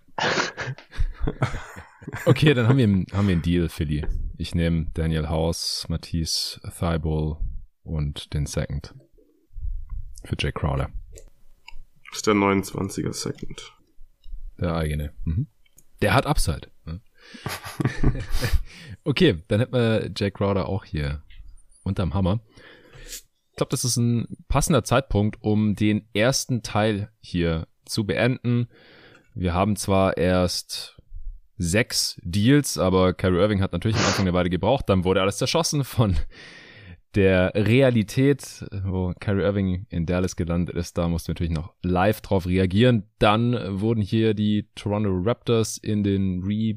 Okay, dann haben wir einen Deal, Philly. Ich nehme Daniel House, Matisse Thibault und den Second. Für Jay Crowder. Das ist der 29er Second. Der eigene. Der hat Upside. Ne? Okay, dann hätten wir Jay Crowder auch hier unterm Hammer. Ich glaube, das ist ein passender Zeitpunkt, um den ersten Teil hier zu beenden. Wir haben zwar erst 6 Deals, aber Kyrie Irving hat natürlich am Anfang eine Weile gebraucht. Dann wurde alles zerschossen von der Realität, wo Kyrie Irving in Dallas gelandet ist. Da mussten wir natürlich noch live drauf reagieren. Dann wurden hier die Toronto Raptors in den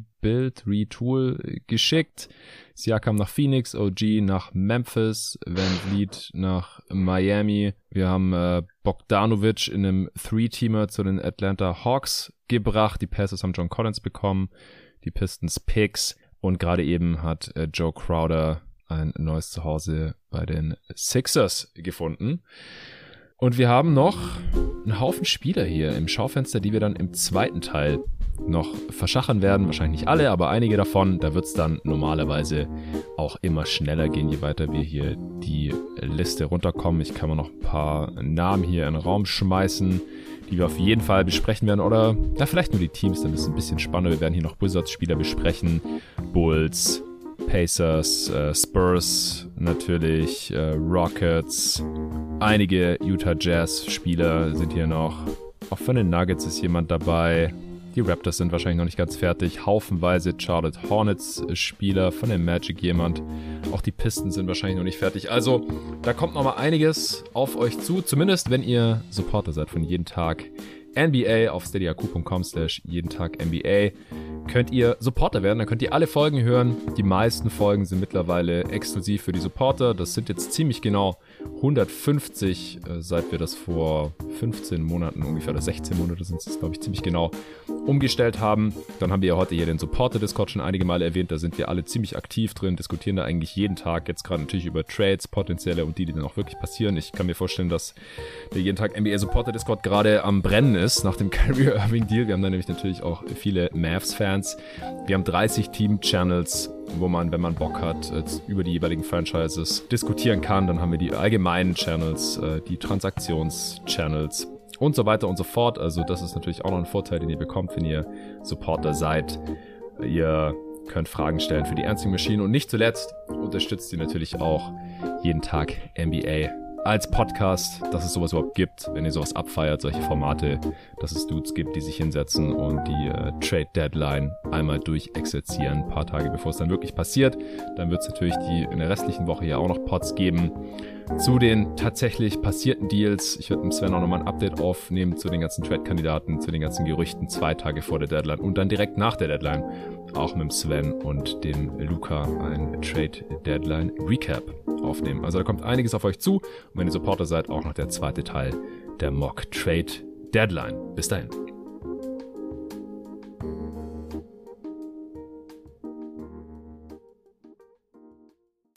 Retool geschickt. Siakam nach Phoenix, OG nach Memphis, VanVleet nach Miami. Wir haben Bogdanovic in einem 3-Teamer zu den Atlanta Hawks gebracht. Die Pacers haben John Collins bekommen, die Pistons Picks, und gerade eben hat Joe Crowder ein neues Zuhause bei den Sixers gefunden. Und wir haben noch einen Haufen Spieler hier im Schaufenster, die wir dann im zweiten Teil noch verschachern werden. Wahrscheinlich nicht alle, aber einige davon. Da wird es dann normalerweise auch immer schneller gehen, je weiter wir hier die Liste runterkommen. Ich kann mal noch ein paar Namen hier in den Raum schmeißen, die wir auf jeden Fall besprechen werden. Oder vielleicht nur die Teams, dann ist es ein bisschen spannender. Wir werden hier noch Wizards-Spieler besprechen. Bulls, Pacers, Spurs natürlich, Rockets, einige Utah Jazz-Spieler sind hier noch. Auch von den Nuggets ist jemand dabei. Die Raptors sind wahrscheinlich noch nicht ganz fertig. Haufenweise Charlotte Hornets-Spieler, von den Magic jemand. Auch die Pistons sind wahrscheinlich noch nicht fertig. Also, da kommt noch mal einiges auf euch zu. Zumindest, wenn ihr Supporter seid von Jeden Tag NBA auf steadyhq.com/jedentagNBA könnt ihr Supporter werden. Dann könnt ihr alle Folgen hören. Die meisten Folgen sind mittlerweile exklusiv für die Supporter. Das sind jetzt ziemlich genau 150, seit wir das vor 15 Monaten ungefähr, oder 16 Monate sind es, glaube ich, ziemlich genau umgestellt haben. Dann haben wir ja heute hier den Supporter-Discord schon einige Male erwähnt. Da sind wir alle ziemlich aktiv drin, diskutieren da eigentlich jeden Tag. Jetzt gerade natürlich über Trades, potenzielle und die dann auch wirklich passieren. Ich kann mir vorstellen, dass der Jeden Tag NBA Supporter-Discord gerade am Brennen ist nach dem Kyrie Irving Deal. Wir haben da nämlich natürlich auch viele Mavs-Fans. Wir haben 30 Team-Channels, wo man, wenn man Bock hat, über die jeweiligen Franchises diskutieren kann. Dann haben wir die allgemeinen Channels, die Transaktions-Channels und so weiter und so fort. Also das ist natürlich auch noch ein Vorteil, den ihr bekommt, wenn ihr Supporter seid. Ihr könnt Fragen stellen für die Answering Machine und nicht zuletzt unterstützt ihr natürlich auch jeden Tag NBA als Podcast, dass es sowas überhaupt gibt, wenn ihr sowas abfeiert, solche Formate, dass es Dudes gibt, die sich hinsetzen und die Trade Deadline einmal durchexerzieren, ein paar Tage bevor es dann wirklich passiert. Dann wird es natürlich in der restlichen Woche ja auch noch Pods geben zu den tatsächlich passierten Deals. Ich werde mit Sven auch nochmal ein Update aufnehmen zu den ganzen Trade-Kandidaten, zu den ganzen Gerüchten 2 Tage vor der Deadline und dann direkt nach der Deadline auch mit dem Sven und dem Luca ein Trade-Deadline-Recap aufnehmen. Also da kommt einiges auf euch zu und wenn ihr Supporter seid, auch noch der zweite Teil der Mock Trade Deadline. Bis dahin.